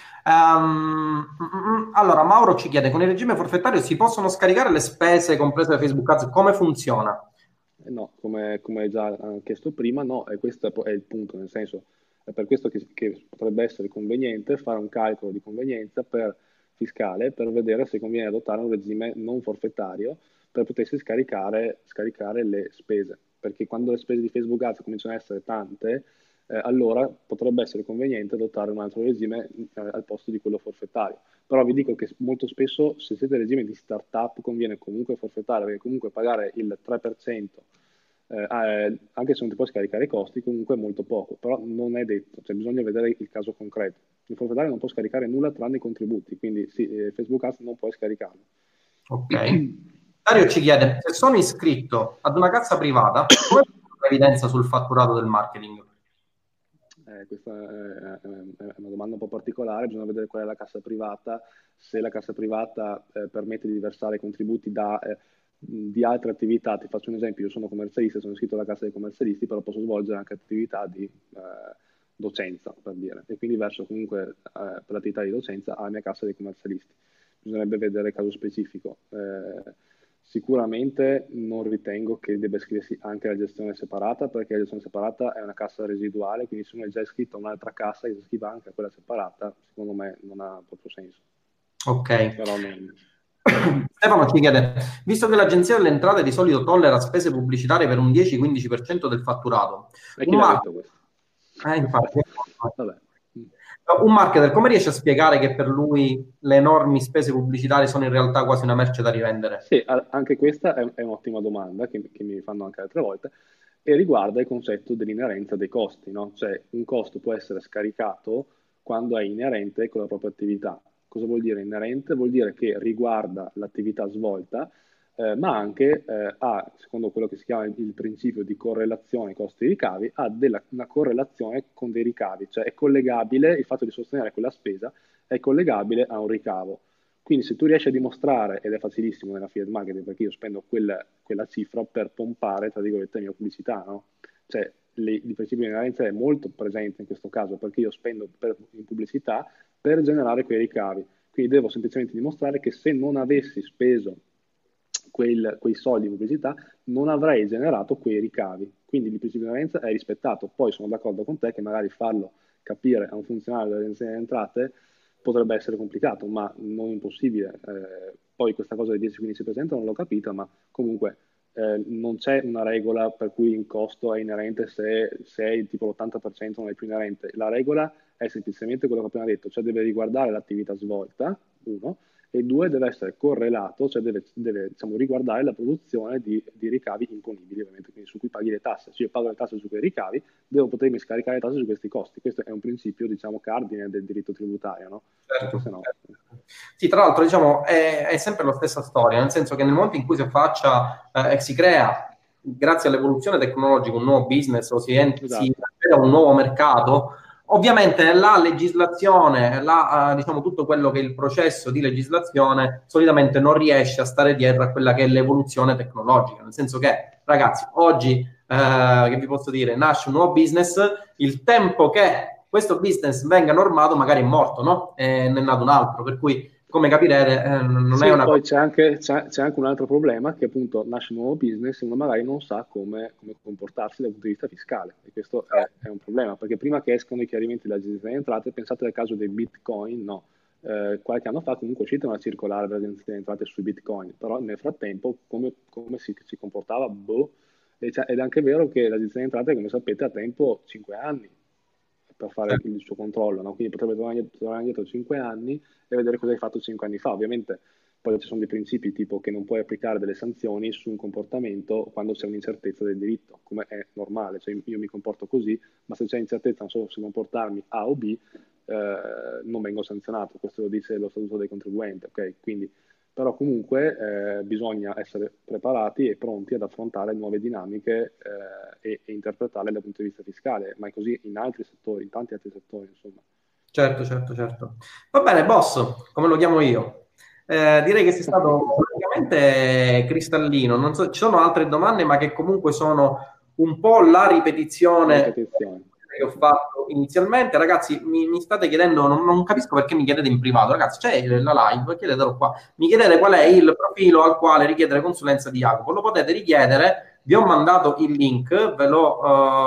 Allora, Mauro ci chiede, con il regime forfettario si possono scaricare le spese comprese da Facebook Ads? Come funziona? No, come già chiesto prima, no, e questo è il punto, nel senso, è per questo che potrebbe essere conveniente fare un calcolo di convenienza fiscale per vedere se conviene adottare un regime non forfettario per potersi scaricare le spese, perché quando le spese di Facebook Ads cominciano ad essere tante, allora potrebbe essere conveniente adottare un altro regime al posto di quello forfettario. Però vi dico che molto spesso se siete in regime di startup conviene comunque forfettare, perché comunque pagare il 3%, anche se non ti puoi scaricare i costi, comunque è molto poco, però non è detto, cioè bisogna vedere il caso concreto. Il forfettario non può scaricare nulla tranne i contributi, quindi sì, Facebook Ads non puoi scaricarlo. Ok. Dario ci chiede, se sono iscritto ad una cassa privata, come faccio l'evidenza sul fatturato del marketing? Questa è una domanda un po' particolare, bisogna vedere qual è la cassa privata, se la cassa privata permette di versare contributi di altre attività. Ti faccio un esempio, io sono commercialista, sono iscritto alla cassa dei commercialisti, però posso svolgere anche attività di docenza, per dire, e quindi verso comunque per l'attività di docenza alla mia cassa dei commercialisti. Bisognerebbe vedere caso specifico. Sicuramente non ritengo che debba iscriversi anche la gestione separata, perché la gestione separata è una cassa residuale, quindi se uno è già iscritto a un'altra cassa e si iscrive anche a quella separata, secondo me non ha proprio senso. Ok. Però non... Stefano ci chiede, visto che l'Agenzia delle Entrate di solito tollera spese pubblicitarie per un 10-15% del fatturato, E chi un l'ha marketer, detto questo? infatti, Vabbè. un marketer come riesce a spiegare che per lui le enormi spese pubblicitarie sono in realtà quasi una merce da rivendere? Sì, anche questa è un'ottima domanda che mi fanno anche altre volte e riguarda il concetto dell'inerenza dei costi, no? Cioè un costo può essere scaricato quando è inerente con la propria attività. Cosa vuol dire inerente? Vuol dire che riguarda l'attività svolta, ma anche ha, secondo quello che si chiama il principio di correlazione costi-ricavi, ha una correlazione con dei ricavi, cioè è collegabile il fatto di sostenere quella spesa è collegabile a un ricavo. Quindi se tu riesci a dimostrare, ed è facilissimo nella affiliate marketing, perché io spendo quella cifra per pompare, tra virgolette, la mia pubblicità, no? Cioè il principio di inerenza è molto presente in questo caso, perché io spendo in pubblicità per generare quei ricavi. Quindi devo semplicemente dimostrare che se non avessi speso quei soldi in pubblicità, non avrei generato quei ricavi. Quindi il principio di inerenza è rispettato. Poi sono d'accordo con te che magari farlo capire a un funzionario dell'agenzia delle entrate potrebbe essere complicato, ma non impossibile. Poi questa cosa del 10-15% non l'ho capita, ma comunque non c'è una regola per cui il costo è inerente se è tipo l'80% non è più inerente. La regola è semplicemente quello che ho appena detto, cioè deve riguardare l'attività svolta, uno, e due, deve essere correlato, cioè deve diciamo, riguardare la produzione di ricavi imponibili, ovviamente, quindi su cui paghi le tasse. Se io pago le tasse su quei ricavi, devo potermi scaricare le tasse su questi costi. Questo è un principio, diciamo, cardine del diritto tributario, no? Perché Certo, se no... certo. Sì, tra l'altro, diciamo, è sempre la stessa storia, nel senso che nel momento in cui si affaccia e si crea, grazie all'evoluzione tecnologica, un nuovo business o si Esatto. crea un nuovo mercato, ovviamente la legislazione, diciamo, tutto quello che è il processo di legislazione, solitamente non riesce a stare dietro a quella che è l'evoluzione tecnologica, nel senso che, ragazzi, oggi, che vi posso dire, nasce un nuovo business, il tempo che questo business venga normato magari è morto, no? E ne è nato un altro, per cui come capirete non è Sì, una poi cosa... c'è anche un altro problema che appunto nasce un nuovo business e uno magari non sa come comportarsi dal punto di vista fiscale e questo è un problema perché prima che escono i chiarimenti dell'agenzia delle entrate, pensate al caso dei bitcoin, no, qualche anno fa comunque è uscita una circolare dell'agenzia delle entrate sui bitcoin, però nel frattempo come si comportava, boh, ed è anche vero che l'agenzia delle entrate, come sapete, ha tempo 5 anni per fare il suo controllo, no? Quindi potrebbe tornare indietro 5 anni e vedere cosa hai fatto 5 anni fa. Ovviamente poi ci sono dei principi tipo che non puoi applicare delle sanzioni su un comportamento quando c'è un'incertezza del diritto, come è normale, cioè io mi comporto così, ma se c'è incertezza non so se comportarmi A o B, non vengo sanzionato, questo lo dice lo statuto dei contribuenti, ok? Quindi, però comunque bisogna essere preparati e pronti ad affrontare nuove dinamiche e interpretarle dal punto di vista fiscale, ma è così in altri settori, in tanti altri settori, insomma. Certo, certo, certo. Va bene, boss, come lo chiamo io. Direi che sei stato praticamente cristallino. Non so, ci sono altre domande, ma che comunque sono un po' la La ripetizione ripetizione. che ho fatto inizialmente. Ragazzi, mi state chiedendo, non capisco perché mi chiedete in privato. Ragazzi, c'è la live, chiedetelo qua. Mi chiedete qual è il profilo al quale richiedere consulenza di Jacopo. Lo potete richiedere, vi ho mandato il link, ve lo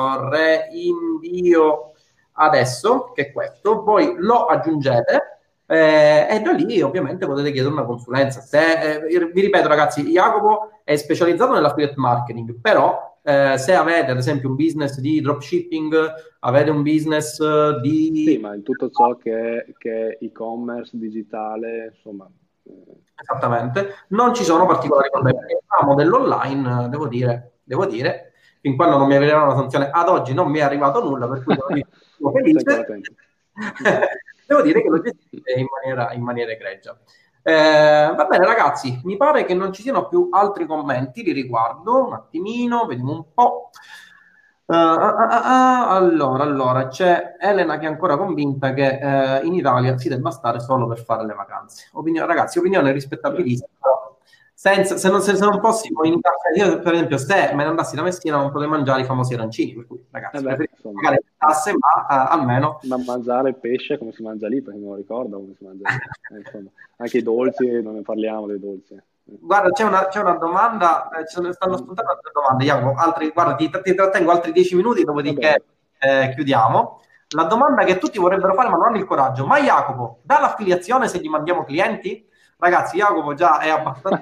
reinvio adesso, che è questo, voi lo aggiungete e da lì ovviamente potete chiedere una consulenza. Vi ripeto ragazzi, Jacopo è specializzato nell'affiliate marketing, però se avete ad esempio un business di dropshipping, avete un business Sì, di... ma in tutto ciò che è e-commerce, digitale, insomma, Esattamente, non ci sono particolari problemi. Il ramo dell'online, devo dire, fin quando non mi arriverà una sanzione, ad oggi non mi è arrivato nulla, per cui devo dire, sono sei ancora felice. tempo. Devo dire che lo gestite in maniera egregia. Va bene, ragazzi, mi pare che non ci siano più altri commenti di riguardo. Un attimino, vediamo un po'. Allora, c'è Elena che è ancora convinta che in Italia si debba stare solo per fare le vacanze. Ragazzi, opinione Beh, rispettabilissima. Se non fossimo in Italia, io per esempio, se me ne andassi da Messina non potrei mangiare i famosi arancini, per cui ragazzi, beh, preferisco insomma, pagare le tasse, ma almeno ma mangiare pesce come si mangia lì, perché non ricordo come si mangia lì. Insomma, anche i dolci, non ne parliamo dei dolci. guarda, c'è una domanda, stanno spuntando altre domande, Jacopo, guarda, ti trattengo altri 10 minuti, Va bene. dopodiché chiudiamo. La domanda che tutti vorrebbero fare, ma non hanno il coraggio, ma Jacopo, dà l'affiliazione se gli mandiamo clienti? Ragazzi, Jacopo già è abbastanza...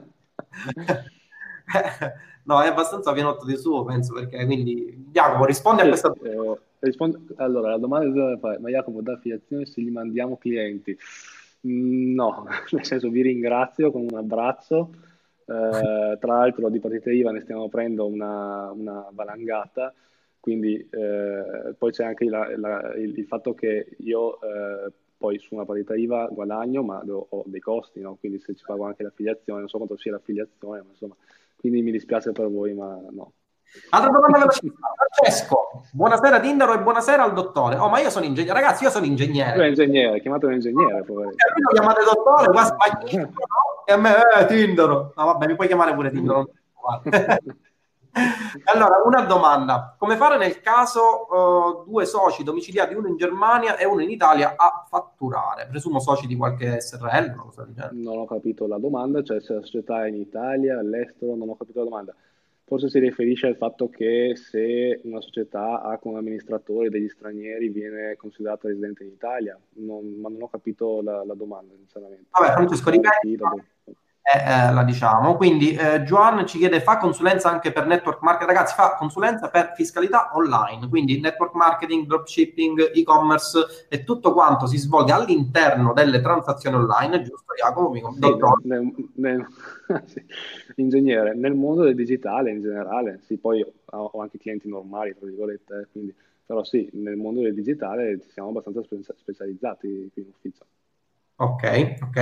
No, è abbastanza pienotto di suo, penso, perché quindi, Jacopo, rispondi a Sì, questa domanda. allora, la domanda è dove fare, ma Jacopo dà affiliazione se gli mandiamo clienti? No, nel senso vi ringrazio con un abbraccio. Tra l'altro di partita IVA ne stiamo aprendo una valangata, quindi poi c'è anche il fatto che io poi su una partita IVA guadagno, ma ho dei costi, no? Quindi se ci pago anche l'affiliazione, non so quanto sia l'affiliazione, ma insomma, quindi mi dispiace per voi, ma no. Altra domanda velocissima. Francesco, buonasera Tindaro e buonasera al dottore. Oh, ma io sono ingegnere. Ragazzi, io sono Tu è ingegnere. ingegnere, chiamate un ingegnere, poveretto. A me lo chiamate dottore, qua spagnolo, no? E a me, Tindaro. No, vabbè, mi puoi chiamare pure Tindaro. Non mi preoccupare. Allora, una domanda. Come fare nel caso due soci domiciliati, uno in Germania e uno in Italia, a fatturare? Presumo soci di qualche SRL, una cosa del genere. Non ho capito la domanda, cioè se la società è in Italia, all'estero, non ho capito la domanda. Forse si riferisce al fatto che se una società ha come amministratori degli stranieri viene considerata residente in Italia, ma non ho capito la domanda, sinceramente. Vabbè, Francesco, Magari ripeti, sì, la diciamo. Quindi, Joan ci chiede, fa consulenza anche per network marketing? Ragazzi, fa consulenza per fiscalità online, quindi network marketing, dropshipping, e-commerce e tutto quanto si svolge all'interno delle transazioni online, giusto Jacopo? sì, Dottor? sì, ingegnere, nel mondo del digitale in generale, sì, poi ho anche clienti normali, tra virgolette, quindi, però sì, nel mondo del digitale ci siamo abbastanza specializzati qui in ufficio. Ok, ok.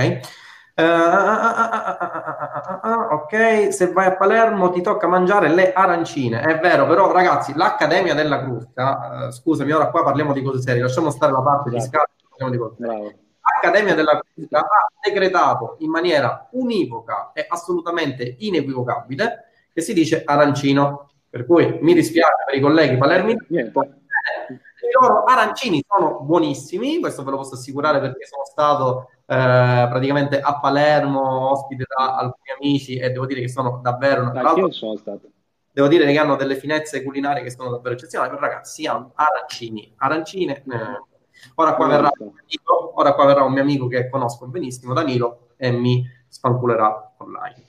Ok, se vai a Palermo ti tocca mangiare le arancine. È vero, però ragazzi, l'Accademia della Crusca, scusami, ora qua parliamo di cose serie, lasciamo stare la parte Esatto, fiscale, parliamo di cose serie. bravo. L'Accademia della Crusca ha decretato in maniera univoca e assolutamente inequivocabile che si dice arancino. Per cui mi dispiace per i colleghi palermitani. Niente. I loro arancini sono buonissimi, questo ve lo posso assicurare perché sono stato praticamente a Palermo, ospite da alcuni amici e devo dire che sono davvero, tra Anche io l'altro ci sono stato. devo dire che hanno delle finezze culinarie che sono davvero eccezionali, però ragazzi, siano arancini, arancine. Ora qua verrà Buonissimo. ora qua verrà un mio amico che conosco benissimo, Danilo, e mi spanculerà online.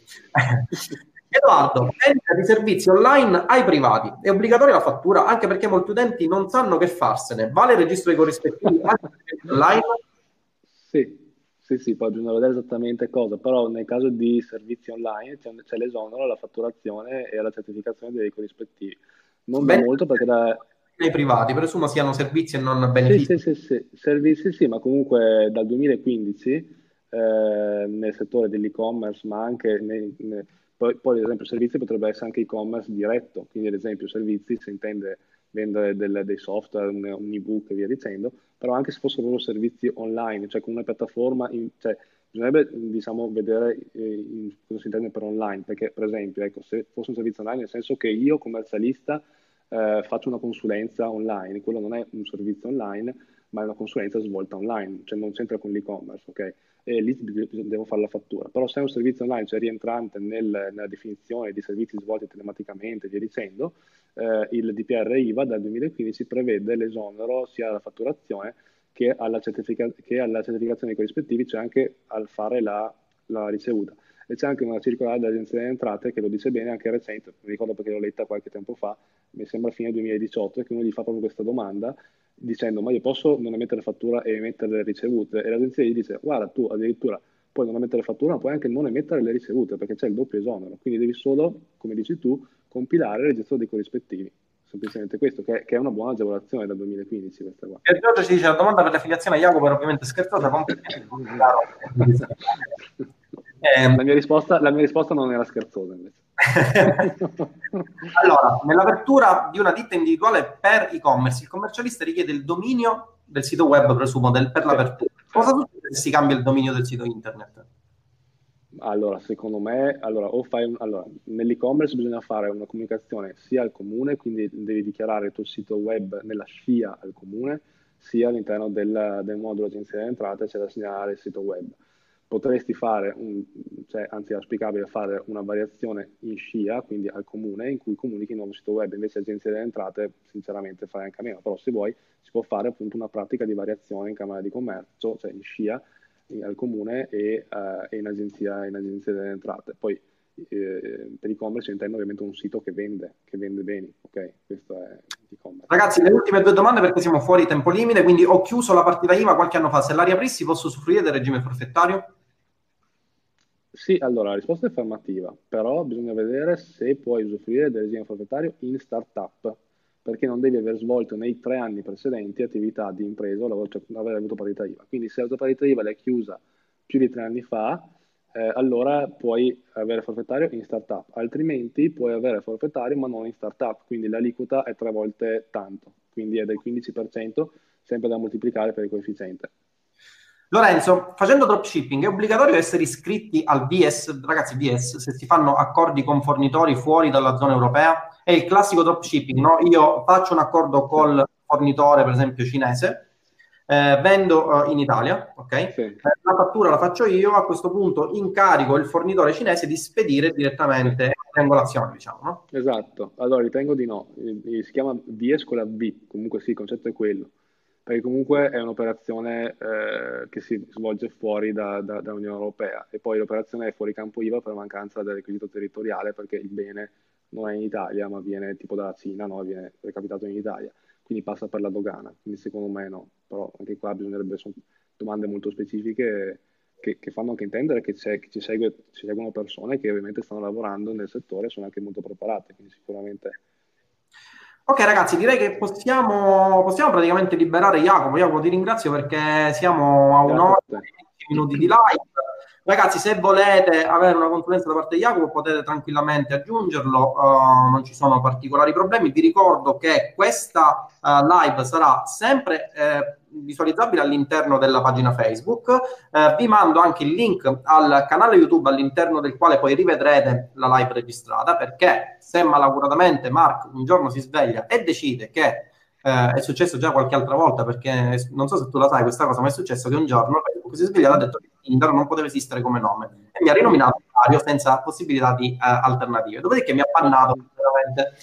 Edoardo, vendita di servizi online ai privati. È obbligatoria la fattura anche perché molti utenti non sanno che farsene. Vale il registro dei corrispettivi anche per i servizi online? Sì, sì, sì, poi bisogna vedere esattamente cosa, però nel caso di servizi online c'è l'esonero, la fatturazione e la certificazione dei corrispettivi. Non da Vendita molto perché da... ai privati, presumo siano servizi e non Sì, benefici. sì, sì, sì, servizi sì, ma comunque dal 2015 nel settore dell'e-commerce, ma anche poi, ad esempio servizi potrebbe essere anche e-commerce diretto, quindi ad esempio servizi si intende vendere dei software, un ebook e via dicendo, però anche se fossero loro servizi online, cioè con una piattaforma, cioè, bisognerebbe diciamo vedere cosa si intende per online, perché per esempio ecco, se fosse un servizio online nel senso che io commercialista faccio una consulenza online, quello non è un servizio online, ma è una consulenza svolta online, cioè non c'entra con l'e-commerce, ok? E lì devo fare la fattura. Però se è un servizio online, cioè rientrante nella definizione di servizi svolti telematicamente e via dicendo, il DPR IVA dal 2015 prevede l'esonero sia alla fatturazione che alla certificazione dei corrispettivi, cioè anche al fare la ricevuta. E c'è anche una circolare dell'Agenzia delle Entrate che lo dice bene, anche recente, mi ricordo perché l'ho letta qualche tempo fa, mi sembra fine 2018, che uno gli fa proprio questa domanda dicendo ma io posso non emettere fattura e emettere le ricevute? E l'agenzia gli dice guarda tu addirittura puoi non emettere fattura ma puoi anche non emettere le ricevute perché c'è il doppio esonero, quindi devi solo, come dici tu, compilare il registro dei corrispettivi. Semplicemente questo, che è una buona agevolazione dal 2015 questa qua. E Giorgio ci dice la domanda per l'affiliazione a Jacopo era ovviamente scherzosa, complimenti, chiaro. La mia risposta non era scherzosa invece. Allora, nell'apertura di una ditta individuale per e-commerce, il commercialista richiede il dominio del sito web, presumo, per Sì, l'apertura. sì. Cosa succede se si cambia il dominio del sito internet? Allora, secondo me, allora, nell'e-commerce bisogna fare una comunicazione sia al comune, quindi devi dichiarare il tuo sito web nella SCIA al comune, sia all'interno del modulo agenzia delle entrate c'è da segnalare il sito web. Potresti fare, cioè, anzi è auspicabile fare una variazione in SCIA, quindi al comune, in cui comunichi il nuovo sito web, invece agenzia delle entrate, sinceramente farei anche a meno, però se vuoi si può fare appunto una pratica di variazione in Camera di Commercio, cioè in SCIA, al comune e in agenzia delle entrate. Poi per e-commerce intendo ovviamente un sito che vende beni, ok? Questo è e-commerce. Ragazzi, le ultime due domande perché siamo fuori tempo limite, quindi ho chiuso la partita IVA qualche anno fa. Se la riaprissi posso usufruire del regime forfettario? Sì, allora la risposta è affermativa, però bisogna vedere se puoi usufruire del regime forfettario in startup, perché non devi aver svolto nei 3 anni precedenti attività di impresa o cioè, aver avuto partita IVA. Quindi se la tua partita IVA l'hai chiusa più di 3 anni fa, allora puoi avere forfettario in startup, altrimenti puoi avere forfettario ma non in startup, quindi l'aliquota è 3 volte tanto, quindi è del 15%, sempre da moltiplicare per il coefficiente. Lorenzo, facendo dropshipping è obbligatorio essere iscritti al VS, ragazzi, VS, se si fanno accordi con fornitori fuori dalla zona europea? È il classico dropshipping, no? Io faccio un accordo Sì, col fornitore, per esempio cinese, vendo in Italia, ok? sì, La fattura la faccio io, a questo punto incarico il fornitore cinese di spedire sì. direttamente in triangolazione, diciamo, no? Esatto, allora ritengo di no. Si chiama VS con la V, comunque sì, il concetto è quello, perché comunque è un'operazione che si svolge fuori da Unione Europea e poi l'operazione è fuori campo IVA per mancanza del requisito territoriale, perché il bene non è in Italia, ma viene tipo dalla Cina, no? Viene recapitato in Italia, quindi passa per la dogana, quindi secondo me no, però anche qua bisognerebbe, sono domande molto specifiche che fanno anche intendere che ci seguono persone che ovviamente stanno lavorando nel settore e sono anche molto preparate, quindi sicuramente Ok, ragazzi, direi che possiamo praticamente liberare Jacopo. Jacopo, ti ringrazio perché siamo a grazie un'ora a e 10 minuti di live. Ragazzi, se volete avere una consulenza da parte di Jacopo, potete tranquillamente aggiungerlo, non ci sono particolari problemi. Vi ricordo che questa live sarà sempre visualizzabile all'interno della pagina Facebook. Vi mando anche il link al canale YouTube all'interno del quale poi rivedrete la live registrata, perché se malauguratamente Mark un giorno si sveglia e decide che è successo già qualche altra volta, perché non so se tu la sai questa cosa, ma è successo che un giorno Facebook si è svegliato e ha detto che Tinder non poteva esistere come nome e mi ha rinominato Mario senza possibilità di alternative. Dopodiché mi ha bannato veramente.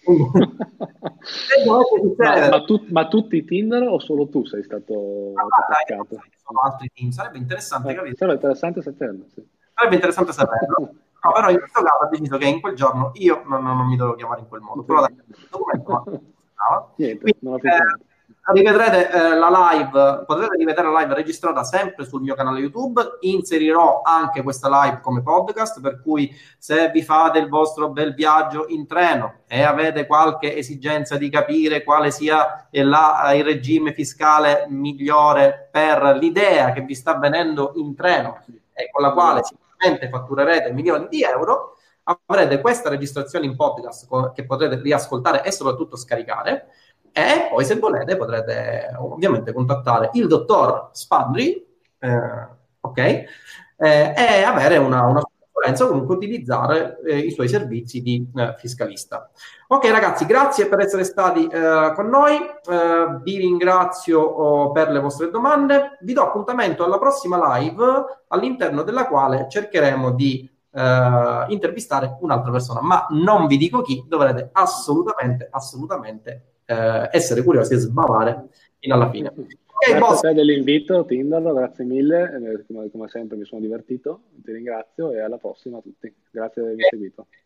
Se dovesse succedere, Ma tutti Tinder o solo tu sei stato attaccato? ci sono altri team, sarebbe interessante capire. Sarebbe interessante saperlo, sì. Sarebbe interessante saperlo. No, però in questo caso ha deciso che in quel giorno io non mi dovevo chiamare in quel modo. Però dai, il documento ma funzionava. Niente, Quindi non ha funzionato. rivedrete la live, potrete rivedere la live registrata sempre sul mio canale YouTube. Inserirò anche questa live come podcast, per cui se vi fate il vostro bel viaggio in treno e avete qualche esigenza di capire quale sia il regime fiscale migliore per l'idea che vi sta venendo in treno e con la quale Esatto. sicuramente fatturerete milioni di euro, avrete questa registrazione in podcast che potrete riascoltare e soprattutto scaricare. E poi, se volete, potrete ovviamente contattare il dottor Spandri, ok, e avere una consulenza o comunque utilizzare i suoi servizi di fiscalista. Ok, ragazzi, grazie per essere stati con noi. Vi ringrazio per le vostre domande. Vi do appuntamento alla prossima live, all'interno della quale cercheremo di intervistare un'altra persona, ma non vi dico chi, dovrete assolutamente essere curiosi e sbavare fino alla fine. Ok, Grazie a boss. te dell'invito, Tinder, grazie mille, come sempre mi sono divertito, ti ringrazio e alla prossima a tutti. Grazie di avermi seguito.